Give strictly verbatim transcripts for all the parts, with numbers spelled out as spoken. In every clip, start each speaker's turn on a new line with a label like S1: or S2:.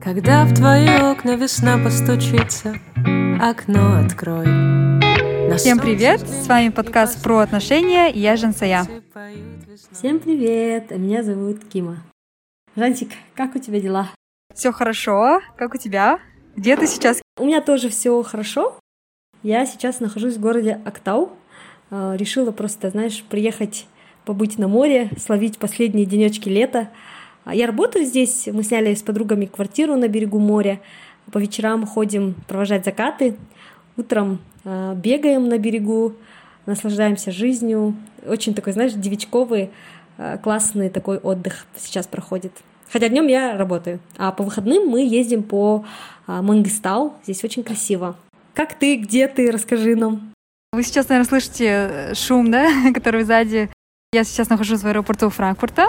S1: Когда в твои окна весна постучится, окно открой.
S2: Всем привет! С вами подкаст про отношения, и я Жансая.
S3: Всем привет! Меня зовут Кима. Жансик, как у тебя дела?
S2: Все хорошо. Как у тебя? Где ты сейчас?
S3: У меня тоже все хорошо. Я сейчас нахожусь в городе Актау. Решила просто, знаешь, приехать побыть на море, словить последние денечки лета. Я работаю здесь, мы сняли с подругами квартиру на берегу моря. По вечерам ходим провожать закаты, утром э, бегаем на берегу, наслаждаемся жизнью. Очень такой, знаешь, девичковый, э, классный такой отдых сейчас проходит. Хотя днем я работаю, а по выходным мы ездим по э, Мангыстау. Здесь очень красиво. Как ты, где ты, расскажи нам.
S2: Вы сейчас, наверное, слышите шум, да, который сзади. Я сейчас нахожусь в аэропорту Франкфурта.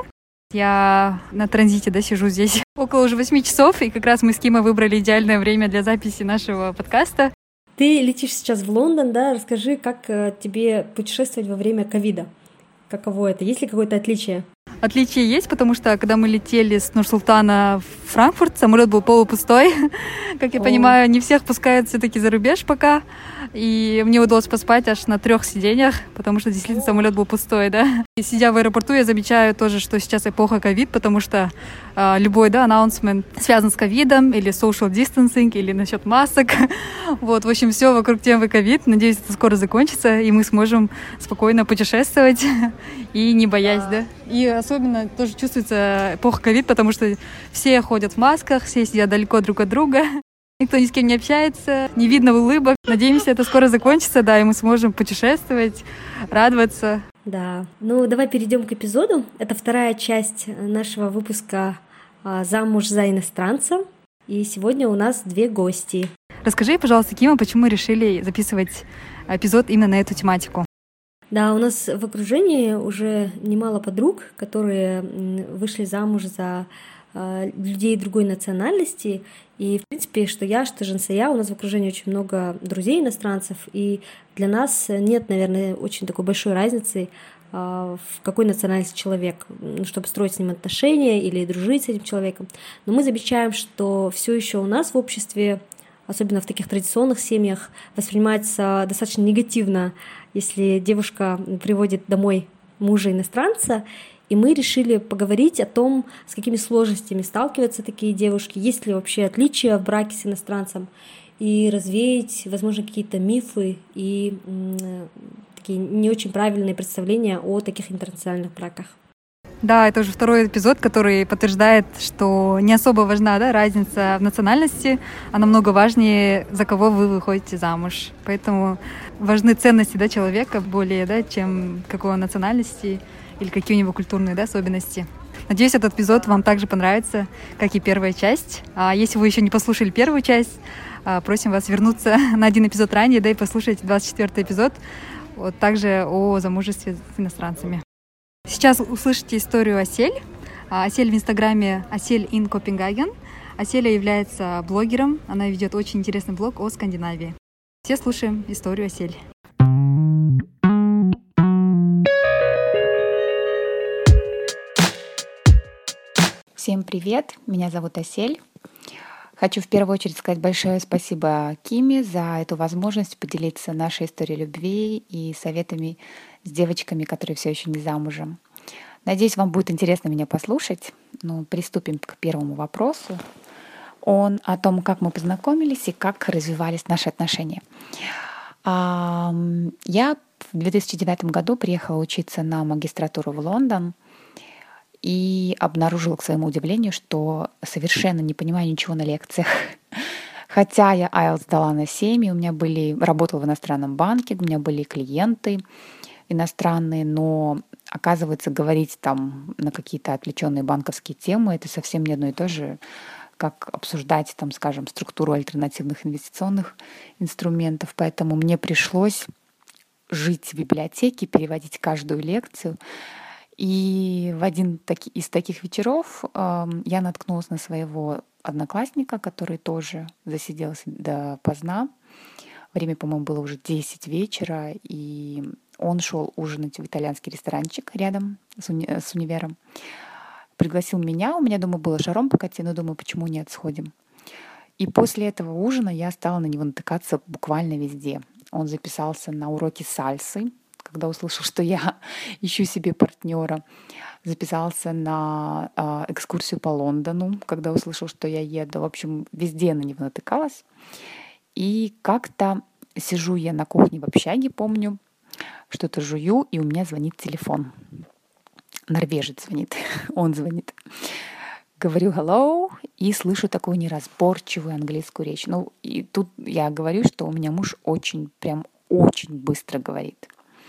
S2: Я на транзите, да, сижу здесь около уже восьми часов, и как раз мы с Кимой выбрали идеальное время для записи нашего подкаста.
S3: Ты летишь сейчас в Лондон, да? Расскажи, как тебе путешествовать во время ковида? Каково это? Есть ли какое-то отличие?
S2: Отличие есть, потому что когда мы летели с Нур-Султана в Франкфурт, самолет был полупустой. Как я О. понимаю, не всех пускают все-таки за рубеж пока. И мне удалось поспать аж на трех сиденьях, потому что действительно самолет был пустой, да. И сидя в аэропорту, я замечаю тоже, что сейчас эпоха ковид, потому что э, любой, да, анонсмент связан с ковидом, или social distancing, или насчет масок. Вот, в общем, все вокруг темы ковид. Надеюсь, это скоро закончится, и мы сможем спокойно путешествовать и не боясь, да. И особенно тоже чувствуется эпоха ковид, потому что все ходят в масках, все сидят далеко друг от друга. Никто ни с кем не общается, не видно улыбок. Надеемся, это скоро закончится, да, и мы сможем путешествовать, радоваться.
S3: Да, ну давай перейдем к эпизоду. Это вторая часть нашего выпуска «Замуж за иностранца». И сегодня у нас две гости.
S2: Расскажи, пожалуйста, Кима, почему решили записывать эпизод именно на эту тематику?
S3: Да, у нас в окружении уже немало подруг, которые вышли замуж за людей другой национальности. И, в принципе, что я, что Жансая, у нас в окружении очень много друзей иностранцев, и для нас нет, наверное, очень такой большой разницы, в какой национальности человек, чтобы строить с ним отношения или дружить с этим человеком. Но мы замечаем, что все еще у нас в обществе, особенно в таких традиционных семьях, воспринимается достаточно негативно, если девушка приводит домой мужа иностранца. И мы решили поговорить о том, с какими сложностями сталкиваются такие девушки, есть ли вообще отличия в браке с иностранцем, и развеять, возможно, какие-то мифы и м, такие не очень правильные представления о таких интернациональных браках.
S2: Да, это уже второй эпизод, который подтверждает, что не особо важна, да, разница в национальности, а намного важнее, за кого вы выходите замуж. Поэтому важны ценности, да, человека более, да, чем какой он национальности или какие у него культурные, да, особенности. Надеюсь, этот эпизод вам также понравится, как и первая часть. А если вы еще не послушали первую часть, просим вас вернуться на один эпизод ранее, да, и послушать двадцать четвёртый эпизод, вот, также о замужестве с иностранцами. Сейчас услышите историю Асель. Асель в инстаграме Асель in Copenhagen. Аселя является блогером, она ведет очень интересный блог о Скандинавии. Все слушаем историю Асель.
S4: Всем привет, меня зовут Асель. Хочу в первую очередь сказать большое спасибо Киме за эту возможность поделиться нашей историей любви и советами с девочками, которые все еще не замужем. Надеюсь, вам будет интересно меня послушать. Ну, приступим к первому вопросу. Он о том, как мы познакомились и как развивались наши отношения. Я в две тысячи девятом году приехала учиться на магистратуру в Лондон и обнаружила, к своему удивлению, что совершенно не понимаю ничего на лекциях. Хотя я ай эл ти эс сдала на семь, у меня были, работала в иностранном банке, у меня были клиенты иностранные, но, оказывается, говорить там на какие-то отвлеченные банковские темы — это совсем не одно и то же, как обсуждать, там, скажем, структуру альтернативных инвестиционных инструментов. Поэтому мне пришлось жить в библиотеке, переводить каждую лекцию. И в один из таких вечеров э, я наткнулась на своего одноклассника, который тоже засиделся допоздна. Время, по-моему, было уже десять вечера, и он шел ужинать в итальянский ресторанчик рядом с, уни- с универом. Пригласил меня, у меня дома было шаром покати, но думаю, почему нет, сходим. И после этого ужина я стала на него натыкаться буквально везде. Он записался на уроки сальсы, когда услышал, что я ищу себе партнера. Записался на э, экскурсию по Лондону, когда услышал, что я еду. В общем, везде на него натыкалась. И как-то сижу я на кухне в общаге, помню, что-то жую, и у меня звонит телефон. Норвежец звонит, он звонит. Говорю «hello» и слышу такую неразборчивую английскую речь. Ну, и тут я говорю, что у меня муж очень, прям очень быстро говорит.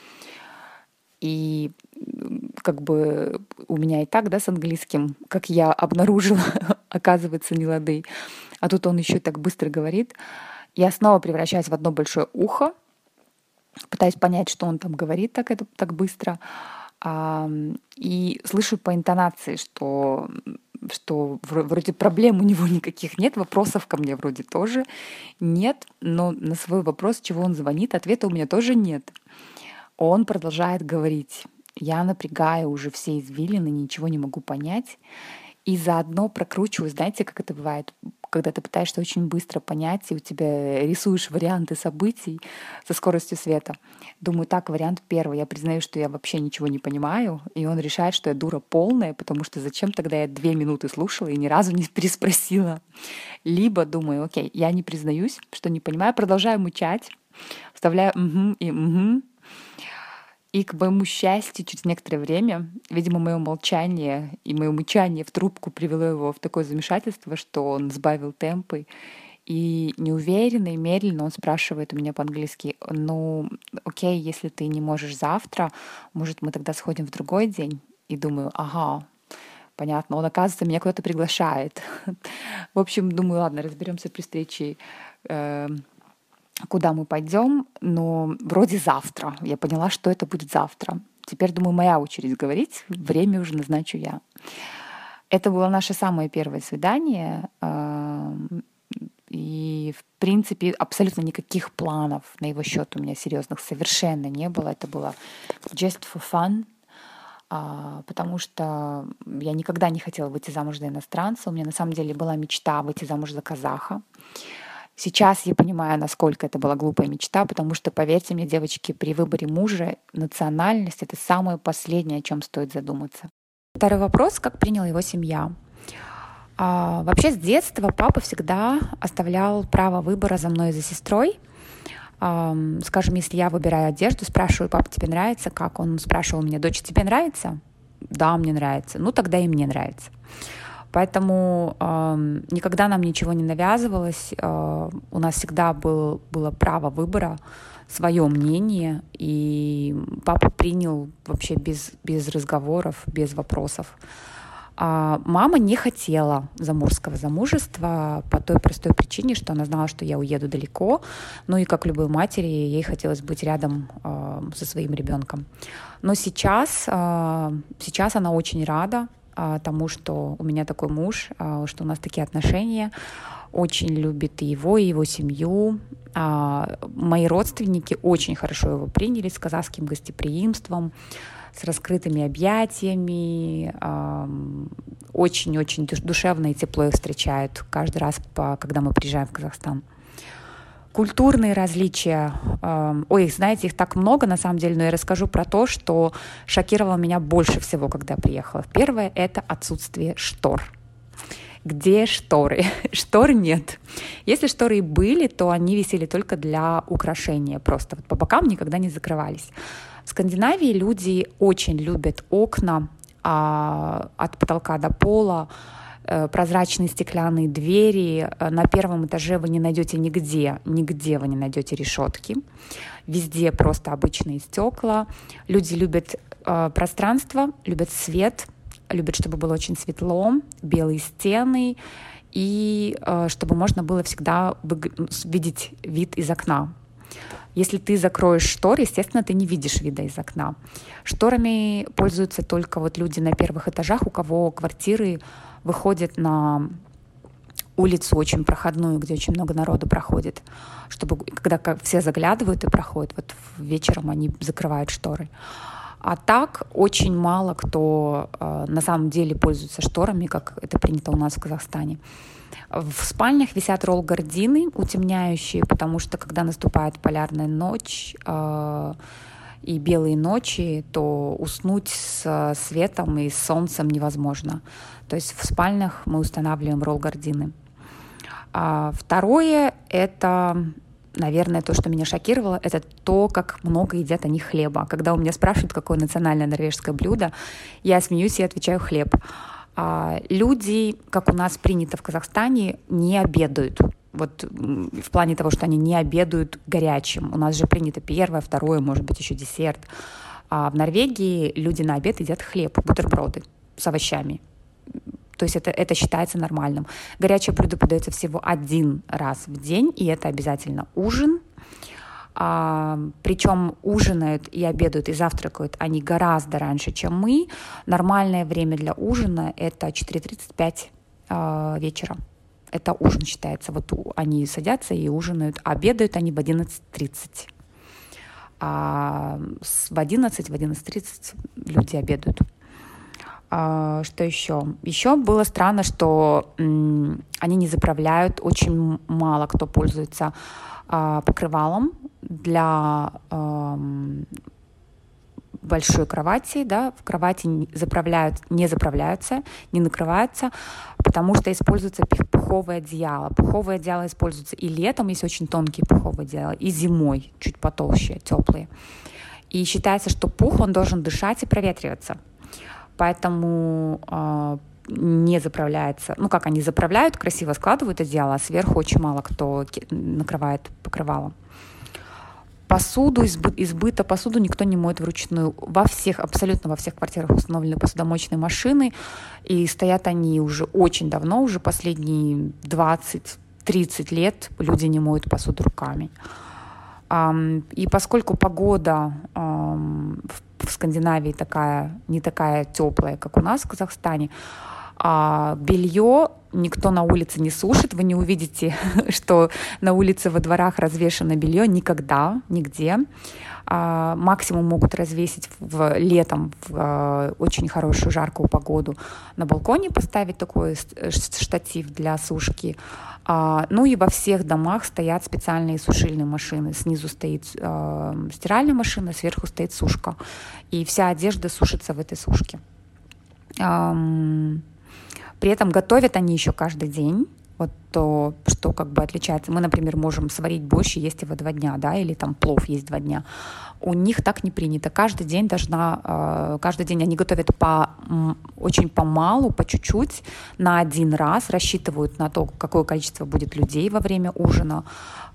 S4: И как бы у меня и так, да, с английским, как я обнаружила, оказывается, не лады. А тут он еще так быстро говорит. Я снова превращаюсь в одно большое ухо, пытаюсь понять, что он там говорит так, это, так быстро. А, и слышу по интонации, что, что вроде проблем у него никаких нет, вопросов ко мне вроде тоже нет, но на свой вопрос, чего он звонит, ответа у меня тоже нет. Он продолжает говорить. Я напрягаю уже все извилины, ничего не могу понять. И заодно прокручиваю, знаете, как это бывает, когда ты пытаешься очень быстро понять, и у тебя рисуешь варианты событий со скоростью света. Думаю, так, вариант первый. Я признаю, что я вообще ничего не понимаю, и он решает, что я дура полная, потому что зачем тогда я две минуты слушала и ни разу не переспросила. Либо думаю, окей, я не признаюсь, что не понимаю, продолжаю мычать, вставляю «угу» и «угу». И, к моему счастью, через некоторое время, видимо, мое молчание и мое мычание в трубку привело его в такое замешательство, что он сбавил темпы. И неуверенно и медленно он спрашивает у меня по-английски: «Ну, окей, если ты не можешь завтра, может, мы тогда сходим в другой день?» И думаю, ага, понятно, он, оказывается, меня куда-то приглашает. В общем, думаю, ладно, разберемся при встрече, куда мы пойдем, но вроде завтра. Я поняла, что это будет завтра. Теперь, думаю, моя очередь говорить, время уже назначу я. Это было наше самое первое свидание, и, в принципе, абсолютно никаких планов на его счет у меня серьезных совершенно не было. Это было just for fun, потому что я никогда не хотела выйти замуж за иностранца. У меня на самом деле была мечта выйти замуж за казаха. Сейчас я понимаю, насколько это была глупая мечта, потому что, поверьте мне, девочки, при выборе мужа национальность — это самое последнее, о чем стоит задуматься. Второй вопрос: как приняла его семья? А, вообще, с детства папа всегда оставлял право выбора за мной и за сестрой. А, скажем, если я выбираю одежду, спрашиваю: «Папа, тебе нравится?» Как он спрашивал меня: «Дочь, тебе нравится?» «Да, мне нравится». «Ну, тогда и мне нравится». Поэтому э, никогда нам ничего не навязывалось. Э, у нас всегда был, было право выбора, свое мнение. И папа принял вообще без, без разговоров, без вопросов. А мама не хотела заморского замужества по той простой причине, что она знала, что я уеду далеко. Ну и, как любой матери, ей хотелось быть рядом э, со своим ребенком. Но сейчас, э, сейчас она очень рада тому, что у меня такой муж, что у нас такие отношения, очень любит и его, и его семью. Мои родственники очень хорошо его приняли, с казахским гостеприимством, с раскрытыми объятиями, очень-очень душевно и тепло их встречают каждый раз, когда мы приезжаем в Казахстан. Культурные различия, ой, знаете, их так много на самом деле, но я расскажу про то, что шокировало меня больше всего, когда я приехала. Первое — это отсутствие штор. Где шторы? Штор нет. Если шторы и были, то они висели только для украшения, просто вот по бокам никогда не закрывались. В Скандинавии люди очень любят окна а, от потолка до пола, прозрачные стеклянные двери. На первом этаже вы не найдете нигде, нигде вы не найдете решетки. Везде просто обычные стекла. Люди любят э, пространство, любят свет, любят, чтобы было очень светло, белые стены, и э, чтобы можно было всегда видеть вид из окна. Если ты закроешь шторы, естественно, ты не видишь вида из окна. Шторами пользуются только вот люди на первых этажах, у кого квартиры выходят на улицу очень проходную, где очень много народу проходит, чтобы когда все заглядывают и проходят, вот вечером они закрывают шторы. А так очень мало кто э, на самом деле пользуется шторами, как это принято у нас в Казахстане. В спальнях висят ролл-гардины утемняющие, потому что когда наступает полярная ночь э, и белые ночи, то уснуть с светом и с солнцем невозможно. То есть в спальнях мы устанавливаем ролл-гардины. А второе — это, наверное, то, что меня шокировало, это то, как много едят они хлеба. Когда у меня спрашивают, какое национальное норвежское блюдо, я смеюсь и отвечаю «хлеб». А люди, как у нас принято в Казахстане, не обедают. Вот в плане того, что они не обедают горячим. У нас же принято первое, второе, может быть, еще десерт. А в Норвегии люди на обед едят хлеб, бутерброды с овощами. То есть это, это считается нормальным. Горячее блюдо подается всего один раз в день, и это обязательно ужин. А, причем ужинают и обедают, и завтракают они гораздо раньше, чем мы. Нормальное время для ужина — это четыре тридцать пять а, вечера. Это ужин считается. Вот они садятся и ужинают. Обедают они в одиннадцать тридцать. А в одиннадцать, в одиннадцать тридцать люди обедают. А, что еще? Еще было странно, что м, они не заправляют. Очень мало кто пользуется а, покрывалом для а, большой кровати. Да? В кровати не заправляют, не заправляются, не накрываются, потому что используется пуховое одеяло. Пуховое одеяло используется и летом, если очень тонкие пуховые одеяла, и зимой, чуть потолще, теплые. И считается, что пух, он должен дышать и проветриваться. Поэтому э, не заправляется. Ну как, они заправляют, красиво складывают одеяло, а сверху очень мало кто накрывает покрывалом. Посуду, избы, избыто посуду никто не моет вручную. Во всех, абсолютно во всех квартирах установлены посудомоечные машины, и стоят они уже очень давно, уже последние двадцать-тридцать лет люди не моют посуду руками. И поскольку погода в Скандинавии такая, не такая теплая, как у нас в Казахстане, а белье никто на улице не сушит. Вы не увидите, что на улице во дворах развешано белье никогда, нигде. А, максимум могут развесить в, летом в а, очень хорошую жаркую погоду на балконе, поставить такой штатив для сушки. А, ну и во всех домах стоят специальные сушильные машины. Снизу стоит а, стиральная машина, сверху стоит сушка. И вся одежда сушится в этой сушке. А, При этом готовят они еще каждый день. Вот то, что как бы отличается. Мы, например, можем сварить борщ и есть его два дня, да, или там плов есть два дня. У них так не принято. Каждый день должна, каждый день они готовят по, очень помалу, по чуть-чуть, на один раз, рассчитывают на то, какое количество будет людей во время ужина,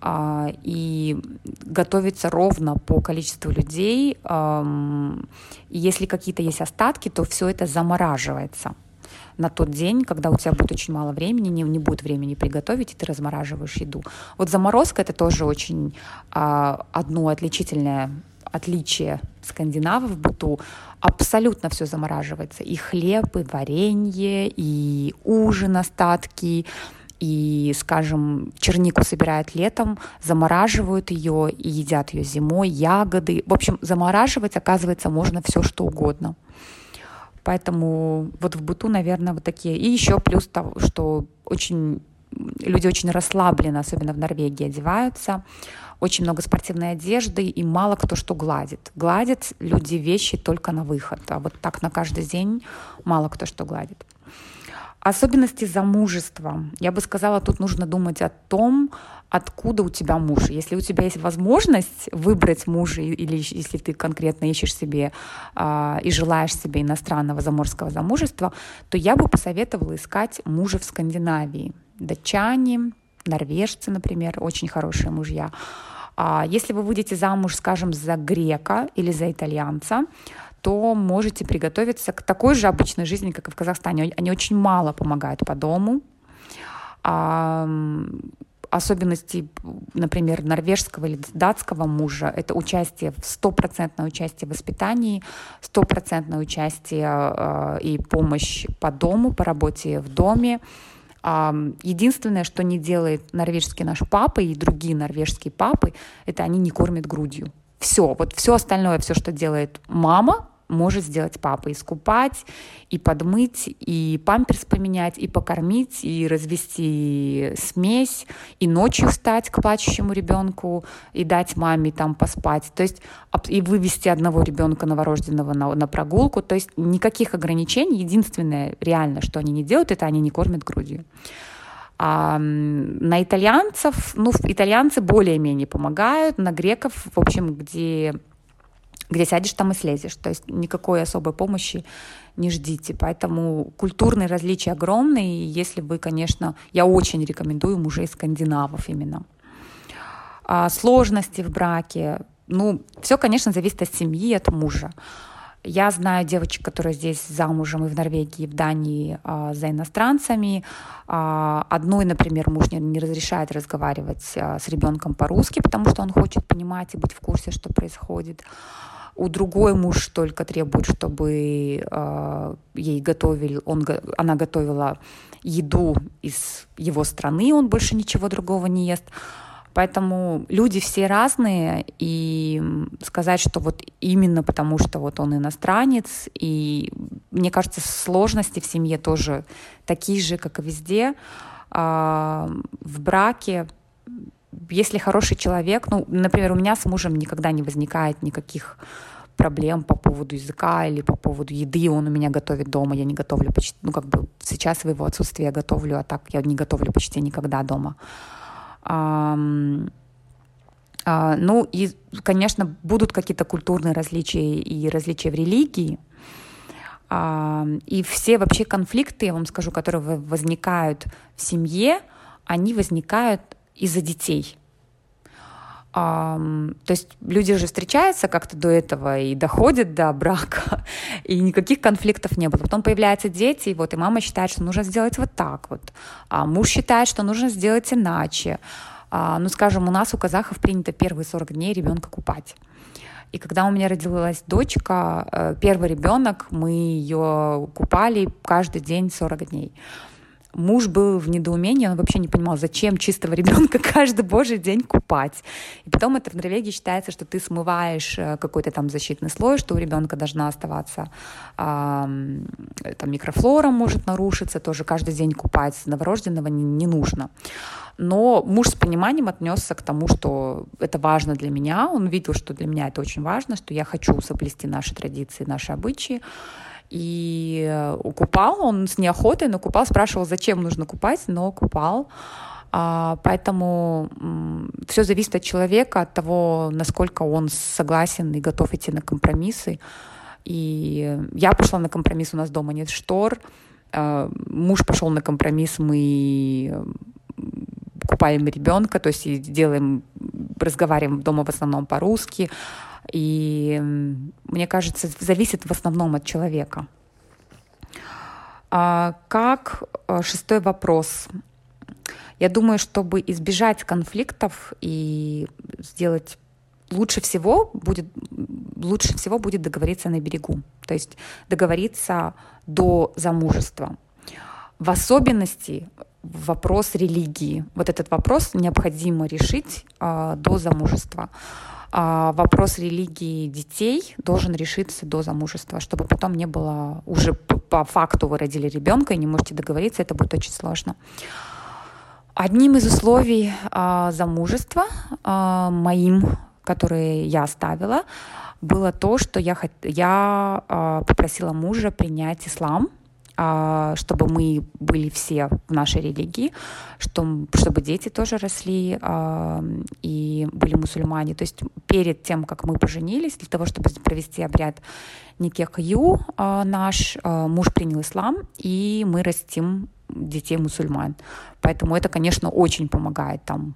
S4: и готовится ровно по количеству людей. И если какие-то есть остатки, то все это замораживается на тот день, когда у тебя будет очень мало времени, не, не будет времени приготовить, и ты размораживаешь еду. Вот заморозка — это тоже очень а, одно отличительное отличие скандинавов в быту. Абсолютно все замораживается. И хлеб, и варенье, и ужин, остатки, и, скажем, чернику собирают летом, замораживают ее и едят ее зимой, ягоды. В общем, замораживать, оказывается, можно все, что угодно. Поэтому вот в быту, наверное, вот такие. И еще плюс того, что очень, люди очень расслабленно, особенно в Норвегии, одеваются. Очень много спортивной одежды, и мало кто что гладит. Гладят люди вещи только на выход, а вот так на каждый день мало кто что гладит. Особенности замужества. Я бы сказала, тут нужно думать о том, откуда у тебя муж. Если у тебя есть возможность выбрать мужа, или если ты конкретно ищешь себе э, и желаешь себе иностранного заморского замужества, то я бы посоветовала искать мужа в Скандинавии. Датчане, норвежцы, например, очень хорошие мужья. А если вы выйдете замуж, скажем, за грека или за итальянца, то можете приготовиться к такой же обычной жизни, как и в Казахстане. Они очень мало помогают по дому. А, особенности, например, норвежского или датского мужа — это участие, стопроцентное участие в воспитании, стопроцентное участие э, и помощь по дому, по работе в доме. Э, единственное, что не делает норвежский наш папа и другие норвежские папы, это они не кормят грудью. Все, вот все остальное, все, что делает мама, может сделать папа: искупать, и подмыть, и памперс поменять, и покормить, и развести смесь, и ночью встать к плачущему ребенку, и дать маме там поспать, то есть и вывести одного ребенка новорожденного на, на прогулку, то есть никаких ограничений. Единственное реально, что они не делают, это они не кормят грудью. А на итальянцев, ну, итальянцы более-менее помогают, на греков, в общем, где... где сядешь, там и слезешь. То есть никакой особой помощи не ждите. Поэтому культурные различия огромные. И если вы, конечно, я очень рекомендую мужей скандинавов именно. А сложности в браке. Ну, все, конечно, зависит от семьи, от мужа. Я знаю девочек, которые здесь замужем и в Норвегии, и в Дании а, за иностранцами. А, одной, например, муж не, не разрешает разговаривать а, с ребенком по-русски, потому что он хочет понимать и быть в курсе, что происходит. У другой муж только требует, чтобы э, ей готовили, он, она готовила еду из его страны, он больше ничего другого не ест. Поэтому люди все разные, и сказать, что вот именно потому, что вот он иностранец, и мне кажется, сложности в семье тоже такие же, как и везде. Э, в браке, если хороший человек, ну, например, у меня с мужем никогда не возникает никаких проблем по поводу языка или по поводу еды. Он у меня готовит дома, я не готовлю почти, ну, как бы сейчас в его отсутствие я готовлю, а так я не готовлю почти никогда дома. А, а, ну, и, конечно, будут какие-то культурные различия и различия в религии. А, и все вообще конфликты, я вам скажу, которые возникают в семье, они возникают из-за детей. Um, то есть люди же встречаются как-то до этого и доходят до брака, и никаких конфликтов не было. Потом появляются дети, и вот и мама считает, что нужно сделать вот так вот, а муж считает, что нужно сделать иначе. А, ну, скажем, у нас у казахов принято первые сорок дней ребенка купать. И когда у меня родилась дочка, первый ребенок, мы ее купали каждый день сорок дней. Муж был в недоумении, он вообще не понимал, зачем чистого ребенка каждый божий день купать. И потом это в Норвегии считается, что ты смываешь какой-то там защитный слой, что у ребенка должна оставаться, а, там микрофлора может нарушиться, тоже каждый день купать новорожденного не, не нужно. Но муж с пониманием отнесся к тому, что это важно для меня, он видел, что для меня это очень важно, что я хочу соблюсти наши традиции, наши обычаи. И купал он с неохотой, но купал, спрашивал, зачем нужно купать, но купал. А, поэтому м, все зависит от человека, от того, насколько он согласен и готов идти на компромиссы. И я пошла на компромисс, у нас дома нет штор. А, муж пошел на компромисс, мы купаем ребенка, то есть и делаем, разговариваем дома в основном по-русски. И мне кажется, зависит в основном от человека. А как шестой вопрос? Я думаю, чтобы избежать конфликтов и сделать лучше всего будет, лучше всего будет договориться на берегу, то есть договориться до замужества. В особенности вопрос религии. Вот этот вопрос необходимо решить а, до замужества. А вопрос религии детей должен решиться до замужества, чтобы потом не было, уже по факту вы родили ребенка и не можете договориться, это будет очень сложно. Одним из условий а, замужества а, моим, которые я ставила, было то, что я, я а, попросила мужа принять ислам, чтобы мы были все в нашей религии, чтобы дети тоже росли и были мусульмане. То есть перед тем, как мы поженились, для того, чтобы провести обряд никах-ю наш, муж принял ислам, и мы растим детей мусульман. Поэтому это, конечно, очень помогает. Там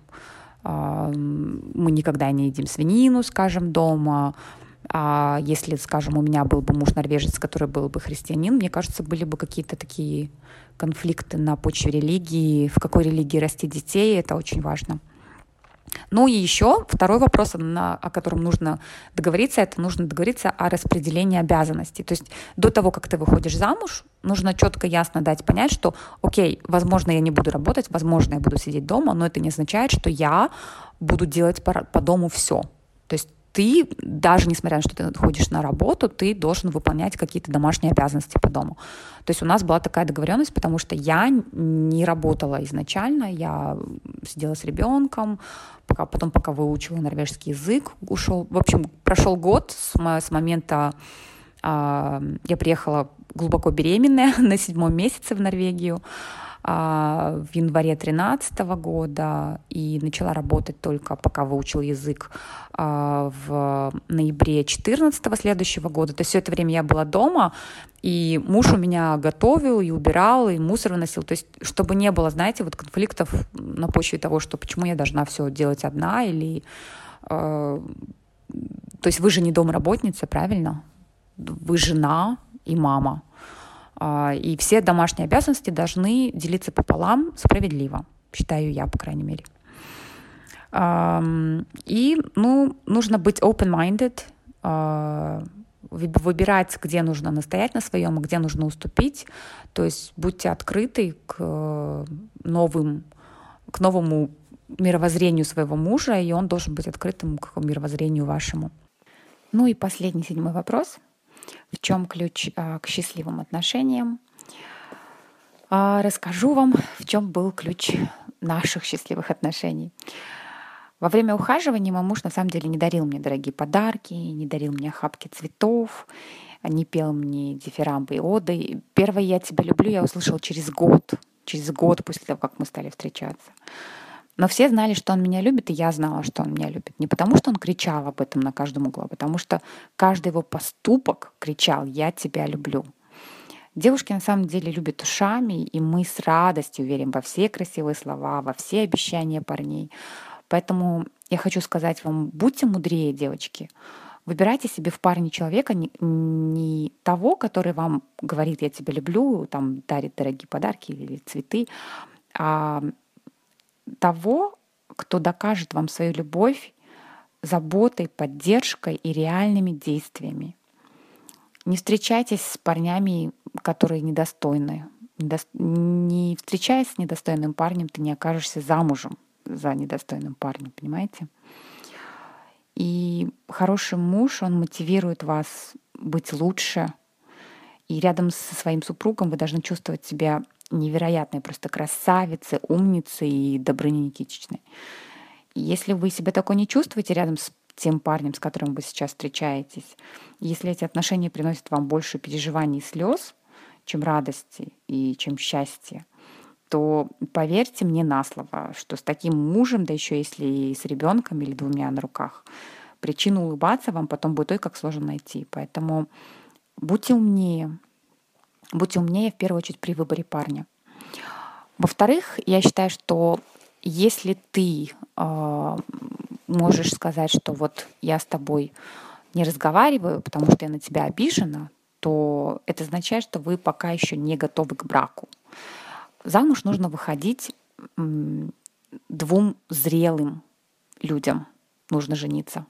S4: мы никогда не едим свинину, скажем, дома. А если, скажем, у меня был бы муж норвежец, который был бы христианин, мне кажется, были бы какие-то такие конфликты на почве религии, в какой религии расти детей, это очень важно. Ну и еще второй вопрос, на, о котором нужно договориться, это нужно договориться о распределении обязанностей. То есть до того, как ты выходишь замуж, нужно четко, ясно дать понять, что, окей, возможно, я не буду работать, возможно, я буду сидеть дома, но это не означает, что я буду делать по, по дому все. То есть ты, даже несмотря на то, что ты ходишь на работу, ты должен выполнять какие-то домашние обязанности по дому. То есть у нас была такая договоренность, потому что я не работала изначально, я сидела с ребенком, пока, потом пока выучила норвежский язык, ушел. В общем, прошел год с, с момента, э, я приехала глубоко беременная на седьмом месяце в Норвегию, в январе тринадцатого года и начала работать только пока выучила язык в ноябре четырнадцатого следующего года. То есть все это время я была дома, и муж у меня готовил, и убирал, и мусор выносил. То есть чтобы не было, знаете, вот конфликтов на почве того, что почему я должна все делать одна, или... То есть вы же не домработница, правильно? Вы жена и мама. И все домашние обязанности должны делиться пополам справедливо, считаю я, по крайней мере. И, ну, нужно быть open-minded, выбирать, где нужно настоять на своем, а где нужно уступить. То есть будьте открыты к новым, к новому мировоззрению своего мужа, и он должен быть открытым к мировоззрению вашему. Ну и последний, седьмой вопрос. В чем ключ а, к счастливым отношениям? А, расскажу вам, в чем был ключ наших счастливых отношений. Во время ухаживания мой муж на самом деле не дарил мне дорогие подарки, не дарил мне охапки цветов, не пел мне дифирамбы и оды. Первое «я тебя люблю» я услышала через год, через год после того, как мы стали встречаться. Но все знали, что он меня любит, и я знала, что он меня любит. Не потому, что он кричал об этом на каждом углу, а потому что каждый его поступок кричал «я тебя люблю». Девушки на самом деле любят ушами, и мы с радостью верим во все красивые слова, во все обещания парней. Поэтому я хочу сказать вам, будьте мудрее, девочки. Выбирайте себе в парне человека не, не того, который вам говорит «я тебя люблю», там, дарит дорогие подарки или цветы, а того, кто докажет вам свою любовь заботой, поддержкой и реальными действиями. Не встречайтесь с парнями, которые недостойны. Не встречаясь с недостойным парнем, ты не окажешься замужем за недостойным парнем, понимаете? И хороший муж, он мотивирует вас быть лучше. И рядом со своим супругом вы должны чувствовать себя невероятной просто красавицей, умницей и Добрыней Никитичной. И если вы себя такой не чувствуете рядом с тем парнем, с которым вы сейчас встречаетесь, если эти отношения приносят вам больше переживаний и слез, чем радости и чем счастья, то поверьте мне на слово, что с таким мужем, да еще если и с ребенком или двумя на руках, причину улыбаться вам потом будет ой, как сложно найти. Поэтому будьте умнее. Будьте умнее в первую очередь при выборе парня. Во-вторых, я считаю, что если ты э, можешь сказать, что вот я с тобой не разговариваю, потому что я на тебя обижена, то это означает, что вы пока еще не готовы к браку. Замуж нужно выходить м, двум зрелым людям. Нужно жениться.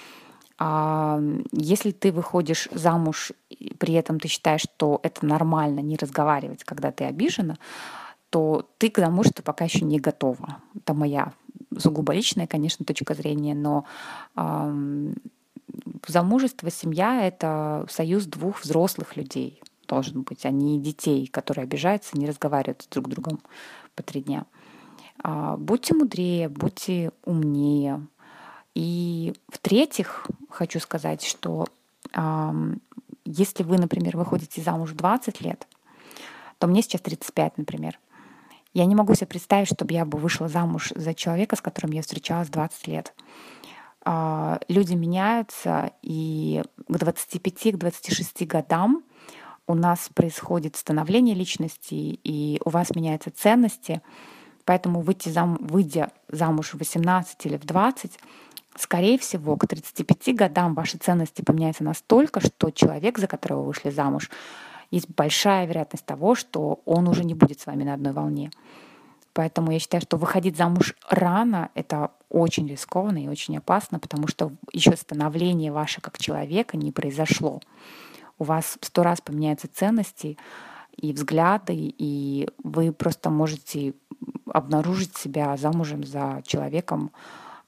S4: А если ты выходишь замуж, и при этом ты считаешь, что это нормально не разговаривать, когда ты обижена, то ты к тому, что пока еще не готова. Это моя сугубо личная, конечно, точка зрения, но э, замужество, семья — это союз двух взрослых людей должен быть, а не детей, которые обижаются и не разговаривают друг с другом по три дня. А, будьте мудрее, будьте умнее. И в-третьих, хочу сказать, что э, если вы, например, выходите замуж в двадцать лет, то мне сейчас тридцать пять, например. Я не могу себе представить, чтобы я бы вышла замуж за человека, с которым я встречалась двадцать лет. Э, люди меняются, и к двадцати пяти, к двадцати шести годам у нас происходит становление личности, и у вас меняются ценности. Поэтому выйти зам, выйдя замуж в восемнадцать или в двадцать, скорее всего, к тридцати пяти годам ваши ценности поменяются настолько, что человек, за которого вы вышли замуж, есть большая вероятность того, что он уже не будет с вами на одной волне. Поэтому я считаю, что выходить замуж рано — это очень рискованно и очень опасно, потому что еще становление ваше как человека не произошло. У вас сто раз поменяются ценности и взгляды, и вы просто можете обнаружить себя замужем за человеком,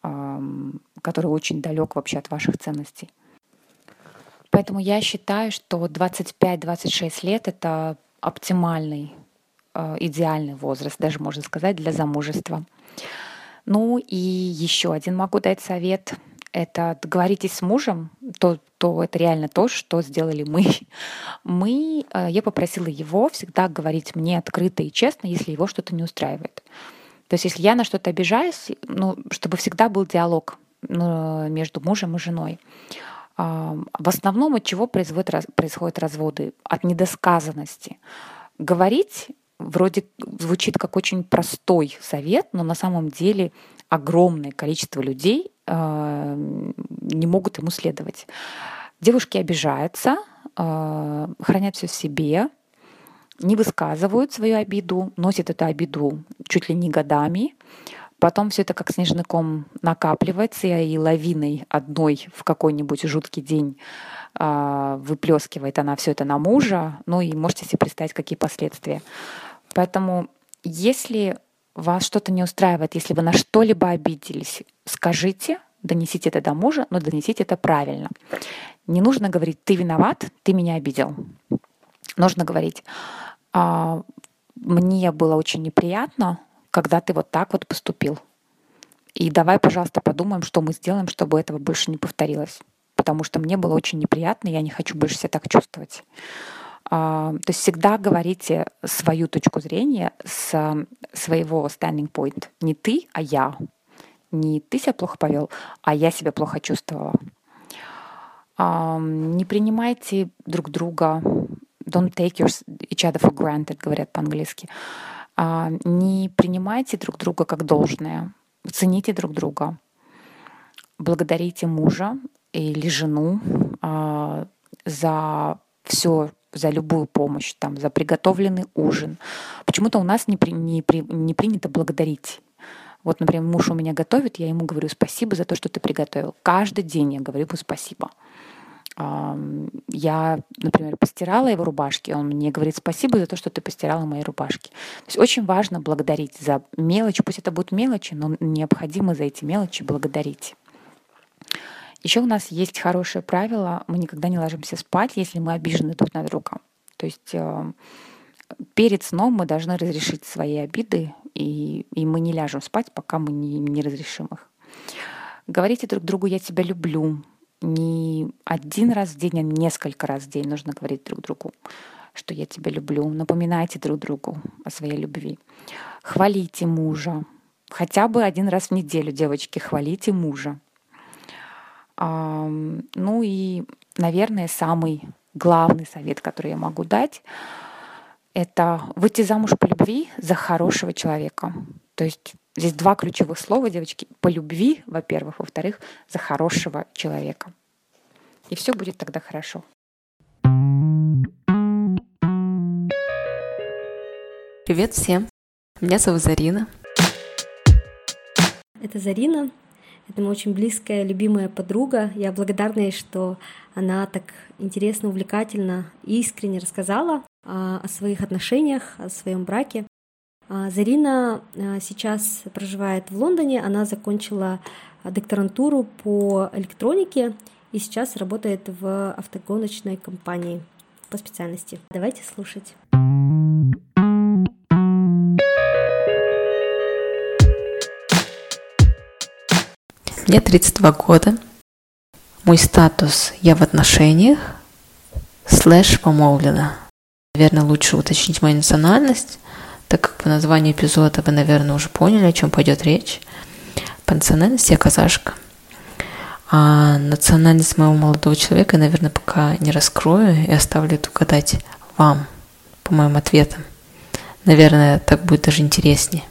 S4: который очень далек вообще от ваших ценностей. Поэтому я считаю, что двадцать пять - двадцать шесть лет — это оптимальный, идеальный возраст, даже можно сказать, для замужества. Ну и еще один могу дать совет. Это договоритесь с мужем, то, то это реально то, что сделали мы. мы. Я попросила его всегда говорить мне открыто и честно, если его что-то не устраивает. То есть если я на что-то обижаюсь, ну, чтобы всегда был диалог между мужем и женой. В основном от чего происходят, происходят разводы? От недосказанности. Говорить вроде звучит как очень простой совет, но на самом деле огромное количество людей э, не могут ему следовать. Девушки обижаются, э, хранят все в себе, не высказывают свою обиду, носят эту обиду чуть ли не годами. Потом все это как снежный ком накапливается, и лавиной одной в какой-нибудь жуткий день э, выплескивает она все это на мужа. Ну и можете себе представить, какие последствия. Поэтому если вас что-то не устраивает, если вы на что-либо обиделись, скажите, донесите это до мужа, но донесите это правильно. Не нужно говорить: ты виноват, ты меня обидел. Нужно говорить: мне было очень неприятно, когда ты вот так вот поступил. И давай, пожалуйста, подумаем, что мы сделаем, чтобы этого больше не повторилось. Потому что мне было очень неприятно, и я не хочу больше себя так чувствовать. То есть всегда говорите свою точку зрения с своего standing point. Не ты, а я. Не ты себя плохо повел, а я себя плохо чувствовала. Не принимайте друг друга. Don't take your, each other for granted, говорят по-английски. Не принимайте друг друга как должное. Цените друг друга. Благодарите мужа или жену за все, за любую помощь, там, за приготовленный ужин. Почему-то у нас не, при, не, при, не принято благодарить. Вот, например, муж у меня готовит, я ему говорю: спасибо за то, что ты приготовил. Каждый день я говорю ему спасибо. Я, например, постирала его рубашки, он мне говорит: спасибо за то, что ты постирала мои рубашки. То есть очень важно благодарить за мелочи, пусть это будут мелочи, но необходимо за эти мелочи благодарить. Еще у нас есть хорошее правило: мы никогда не ложимся спать, если мы обижены друг на друга. То есть э, перед сном мы должны разрешить свои обиды, и, и мы не ляжем спать, пока мы не, не разрешим их. Говорите друг другу: я тебя люблю. Не один раз в день, а несколько раз в день нужно говорить друг другу, что я тебя люблю. Напоминайте друг другу о своей любви. Хвалите мужа. Хотя бы один раз в неделю, девочки, хвалите мужа. Ну и, наверное, самый главный совет, который я могу дать, это выйти замуж по любви за хорошего человека. То есть здесь два ключевых слова, девочки: по любви, во-первых, во-вторых, за хорошего человека. И все будет тогда хорошо.
S1: Привет всем! Меня зовут Зарина.
S3: Это Зарина. Это моя очень близкая, любимая подруга. Я благодарна ей, что она так интересно, увлекательно и искренне рассказала о своих отношениях, о своем браке. Зарина сейчас проживает в Лондоне. Она закончила докторантуру по электронике и сейчас работает в автогоночной компании по специальности. Давайте слушать.
S1: Мне тридцать два года. Мой статус: я в отношениях слэш помолвлена. Наверное, лучше уточнить мою национальность, так как по названию эпизода вы, наверное, уже поняли, о чем пойдет речь. По национальности я казашка. А национальность моего молодого человека я, наверное, пока не раскрою и оставлю это угадать вам по моим ответам. Наверное, так будет даже интереснее.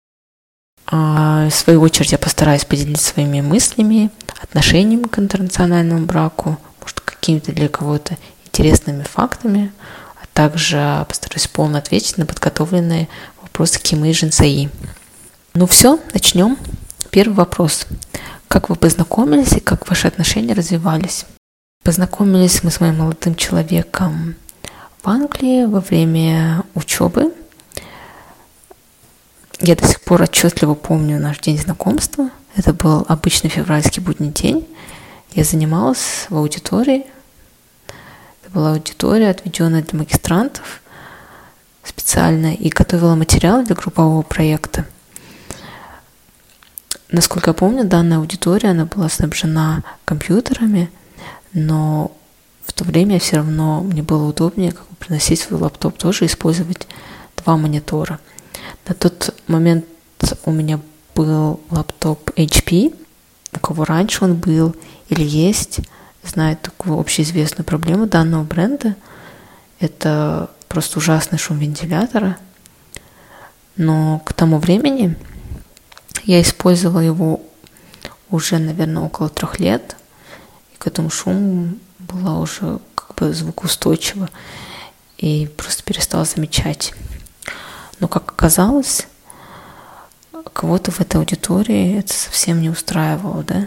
S1: А в свою очередь я постараюсь поделиться своими мыслями, отношениями к интернациональному браку, может, какими-то для кого-то интересными фактами, а также постараюсь полно ответить на подготовленные вопросы Кимы и Женсаи. Ну все, начнем. Первый вопрос. Как вы познакомились и как ваши отношения развивались? Познакомились мы с моим молодым человеком в Англии во время учебы. Я до сих пор отчетливо помню наш день знакомства. Это был обычный февральский будний день. Я занималась в аудитории. Это была аудитория, отведенная для магистрантов специально, и готовила материал для группового проекта. Насколько я помню, данная аудитория, она была снабжена компьютерами, но в то время все равно мне было удобнее как бы приносить свой лаптоп, тоже использовать два монитора. На тот момент у меня был лаптоп эйч пи, у кого раньше он был или есть, знает такую общеизвестную проблему данного бренда. Это просто ужасный шум вентилятора. Но к тому времени я использовала его уже, наверное, около трех лет, и к этому шуму была уже как бы звукоустойчива и просто перестала замечать. Но, как оказалось, кого-то в этой аудитории это совсем не устраивало, да.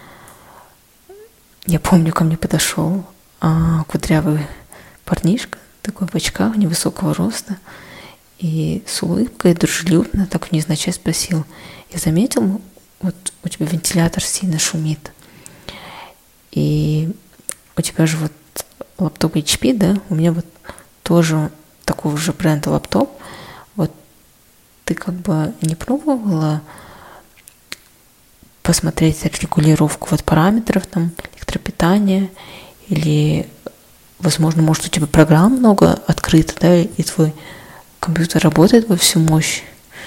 S1: Я помню, ко мне подошел а, кудрявый парнишка, такой в очках, невысокого роста, и с улыбкой дружелюбно так невзначай спросил: я заметил, вот у тебя вентилятор сильно шумит, и у тебя же вот лаптоп эйч пи, да, у меня вот тоже такого же бренда лаптоп, вот ты как бы не пробовала посмотреть регулировку вот параметров там электропитания, или, возможно, может, у тебя программ много открыто, да, и твой компьютер работает во всю мощь,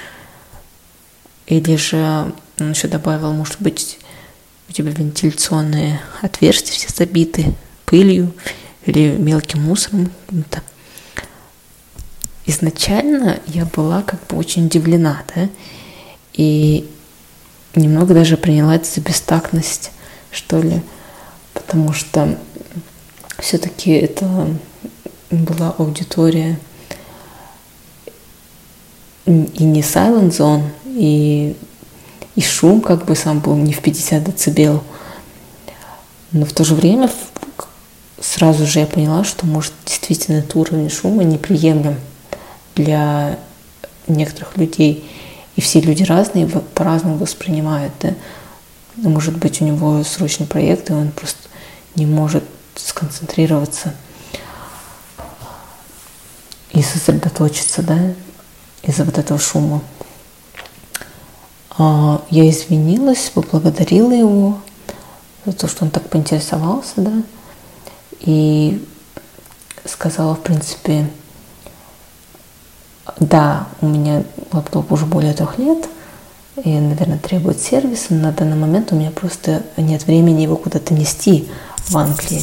S1: или же он еще добавил, может быть, у тебя вентиляционные отверстия все забиты пылью или мелким мусором каким-то. Изначально я была как бы очень удивлена, да, и немного даже приняла это за бестактность, что ли, потому что все-таки это была аудитория и не silent zone, и, и шум как бы сам был не в пятьдесят децибел, но в то же время сразу же я поняла, что, может, действительно этот уровень шума неприемлем для некоторых людей. И все люди разные, по-разному воспринимают, да. Может быть, у него срочный проект, и он просто не может сконцентрироваться и сосредоточиться, да, из-за вот этого шума. Я извинилась, поблагодарила его за то, что он так поинтересовался, да, и сказала, в принципе, да, у меня лаптоп уже более трех лет, и, наверное, требует сервиса, но на данный момент у меня просто нет времени его куда-то нести в Англии.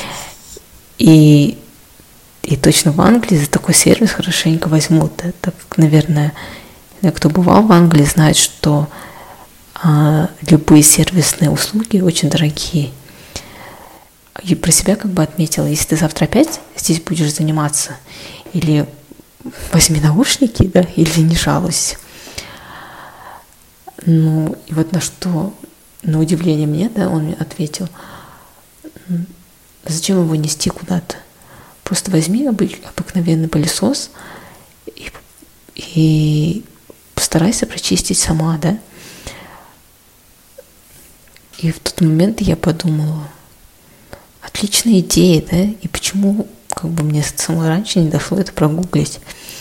S1: И, и точно в Англии за такой сервис хорошенько возьмут, да, так как, наверное, кто бывал в Англии, знает, что а, любые сервисные услуги очень дорогие. И про себя как бы отметила, если ты завтра опять здесь будешь заниматься, или возьми наушники, да, или не жалуйся. Ну, и вот на что, на удивление мне, да, он мне ответил: зачем его нести куда-то? Просто возьми обык, обыкновенный пылесос и, и постарайся прочистить сама, да. И в тот момент я подумала: отличная идея, да, и почему как бы мне самой раньше не дошло это прогуглить.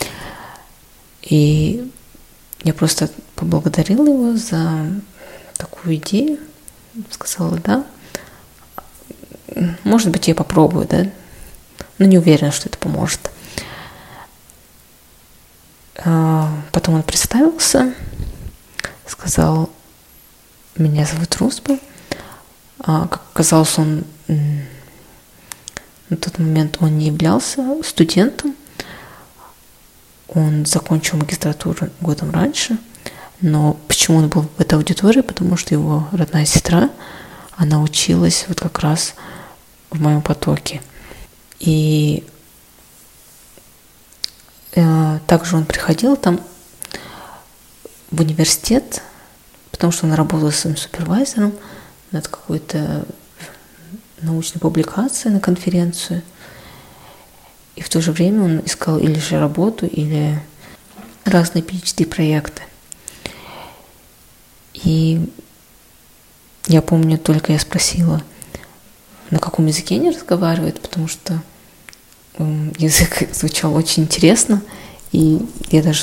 S1: И я просто поблагодарила его за такую идею, сказала: да, может быть, я попробую, да, но не уверена, что это поможет. Потом он представился, сказал: меня зовут Русба. Как оказалось, он на тот момент он не являлся студентом, он закончил магистратуру годом раньше. Но почему он был в этой аудитории? Потому что его родная сестра, она училась вот как раз в моем потоке. И э, также он приходил там в университет, потому что он работал с своим супервайзером над какой-то научной публикацией на конференцию. И в то же время он искал или же работу, или разные пи эйч ди-проекты. И я помню, только я спросила, на каком языке они разговаривают, потому что язык звучал очень интересно, и я даже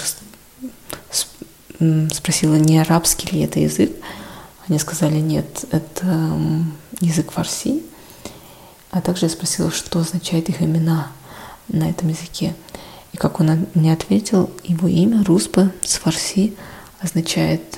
S1: спросила, не арабский ли это язык. Они сказали, нет, это язык фарси. А также я спросила, что означают их имена на этом языке. И как он мне ответил, его имя Рузба с фарси означает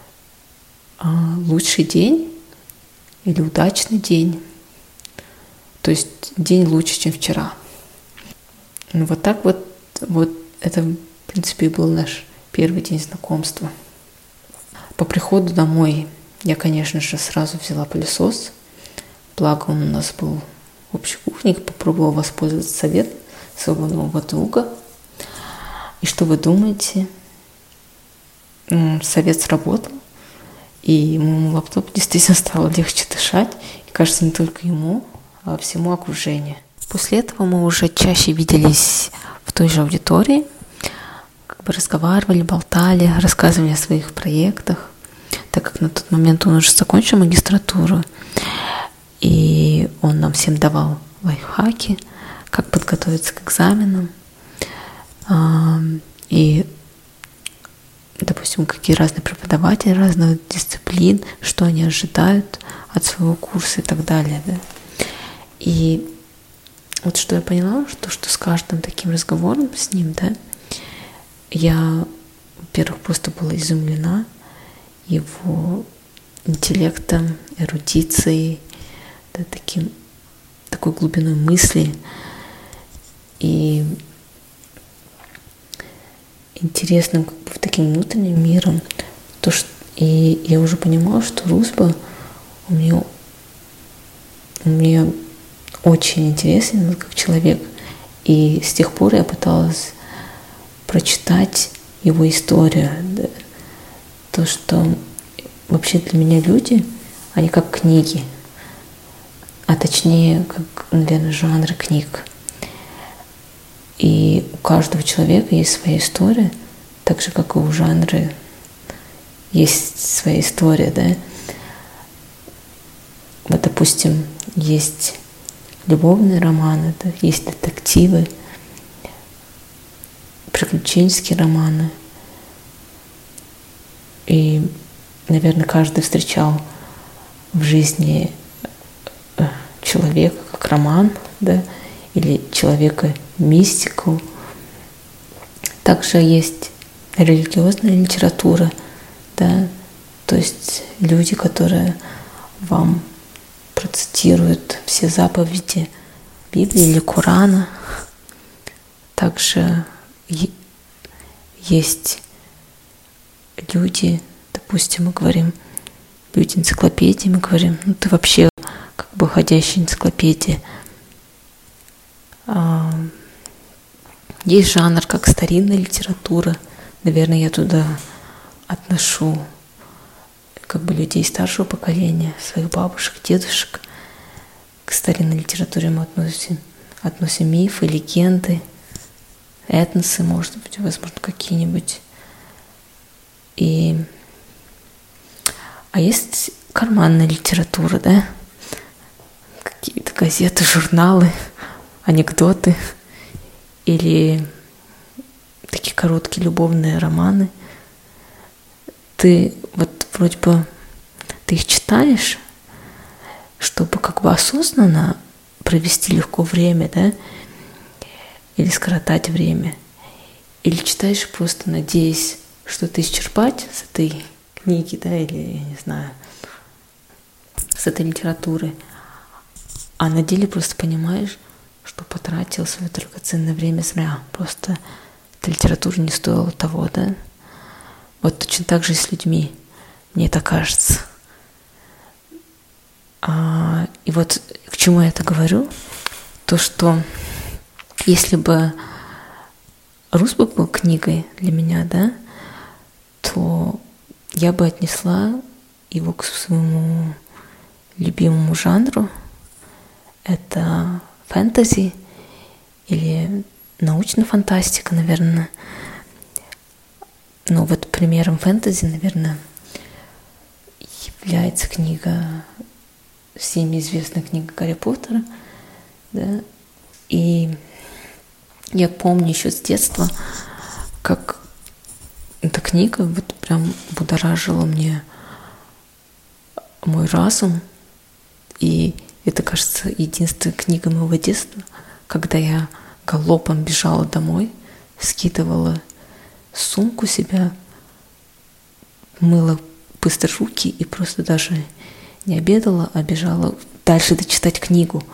S1: лучший день или удачный день. То есть день лучше, чем вчера. Вот так вот, вот это, в принципе, был наш первый день знакомства. По приходу домой я, конечно же, сразу взяла пылесос. Благо он у нас был в общей кухне, попробовала воспользоваться советом своего нового друга. И что вы думаете? Совет сработал, и моему лаптопу действительно стало легче дышать. И, кажется, не только ему, а всему окружению. После этого мы уже чаще виделись в той же аудитории, как бы разговаривали, болтали, рассказывали о своих проектах, так как на тот момент он уже закончил магистратуру, и он нам всем давал лайфхаки, как подготовиться к экзаменам, и, допустим, какие разные преподаватели разных дисциплин, что они ожидают от своего курса и так далее. Да? И вот что я поняла, что, что с каждым таким разговором с ним, да, я, во-первых, просто была изумлена его интеллектом, эрудицией, да, таким, такой глубиной мысли и интересным как бы таким внутренним миром. То, что, и я уже понимала, что Рузба у меня, у меня очень интересен как человек. И с тех пор я пыталась прочитать его историю. Да. То, что вообще для меня люди, они как книги, а точнее, как, наверное, жанры книг. И у каждого человека есть своя история, так же, как и у жанра есть своя история, да. Вот, допустим, есть любовные романы, да, есть детективы, приключенческие романы. И, наверное, каждый встречал в жизни человека как роман, да, или человека-мистику. Также есть религиозная литература, да, то есть люди, которые вам процитируют все заповеди Библии или Корана. Также есть люди, допустим, мы говорим, люди энциклопедии, мы говорим, ну ты вообще как бы ходящая энциклопедия. Есть жанр, как старинная литература. Наверное, я туда отношу как бы людей старшего поколения, своих бабушек, дедушек. К старинной литературе мы относим, относим мифы, легенды, этносы, может быть, возможно, какие-нибудь. И... А есть карманная литература, да? Какие-то газеты, журналы, анекдоты или такие короткие любовные романы. Ты вот вроде бы ты их читаешь, чтобы как бы осознанно провести легко время, да, или скоротать время, или читаешь просто надеясь что-то исчерпать с этой книги, да, или, я не знаю, с этой литературы, а на деле просто понимаешь, что потратил свое драгоценное время зря. Просто эта литература не стоила того, да. Вот точно так же и с людьми, мне так кажется. А, и вот к чему я это говорю? То, что если бы Рузба был книгой для меня, да, то я бы отнесла его к своему любимому жанру. Это фэнтези или научная фантастика, наверное. Ну вот примером фэнтези, наверное, является книга, всеми известная книга Гарри Поттера, да, и я помню еще с детства, как эта книга вот прям будоражила мне мой разум, и это, кажется, единственная книга моего детства, когда я галопом бежала домой, скидывала сумку себя, мыла быстро руки и просто даже не обедала, а бежала дальше дочитать книгу.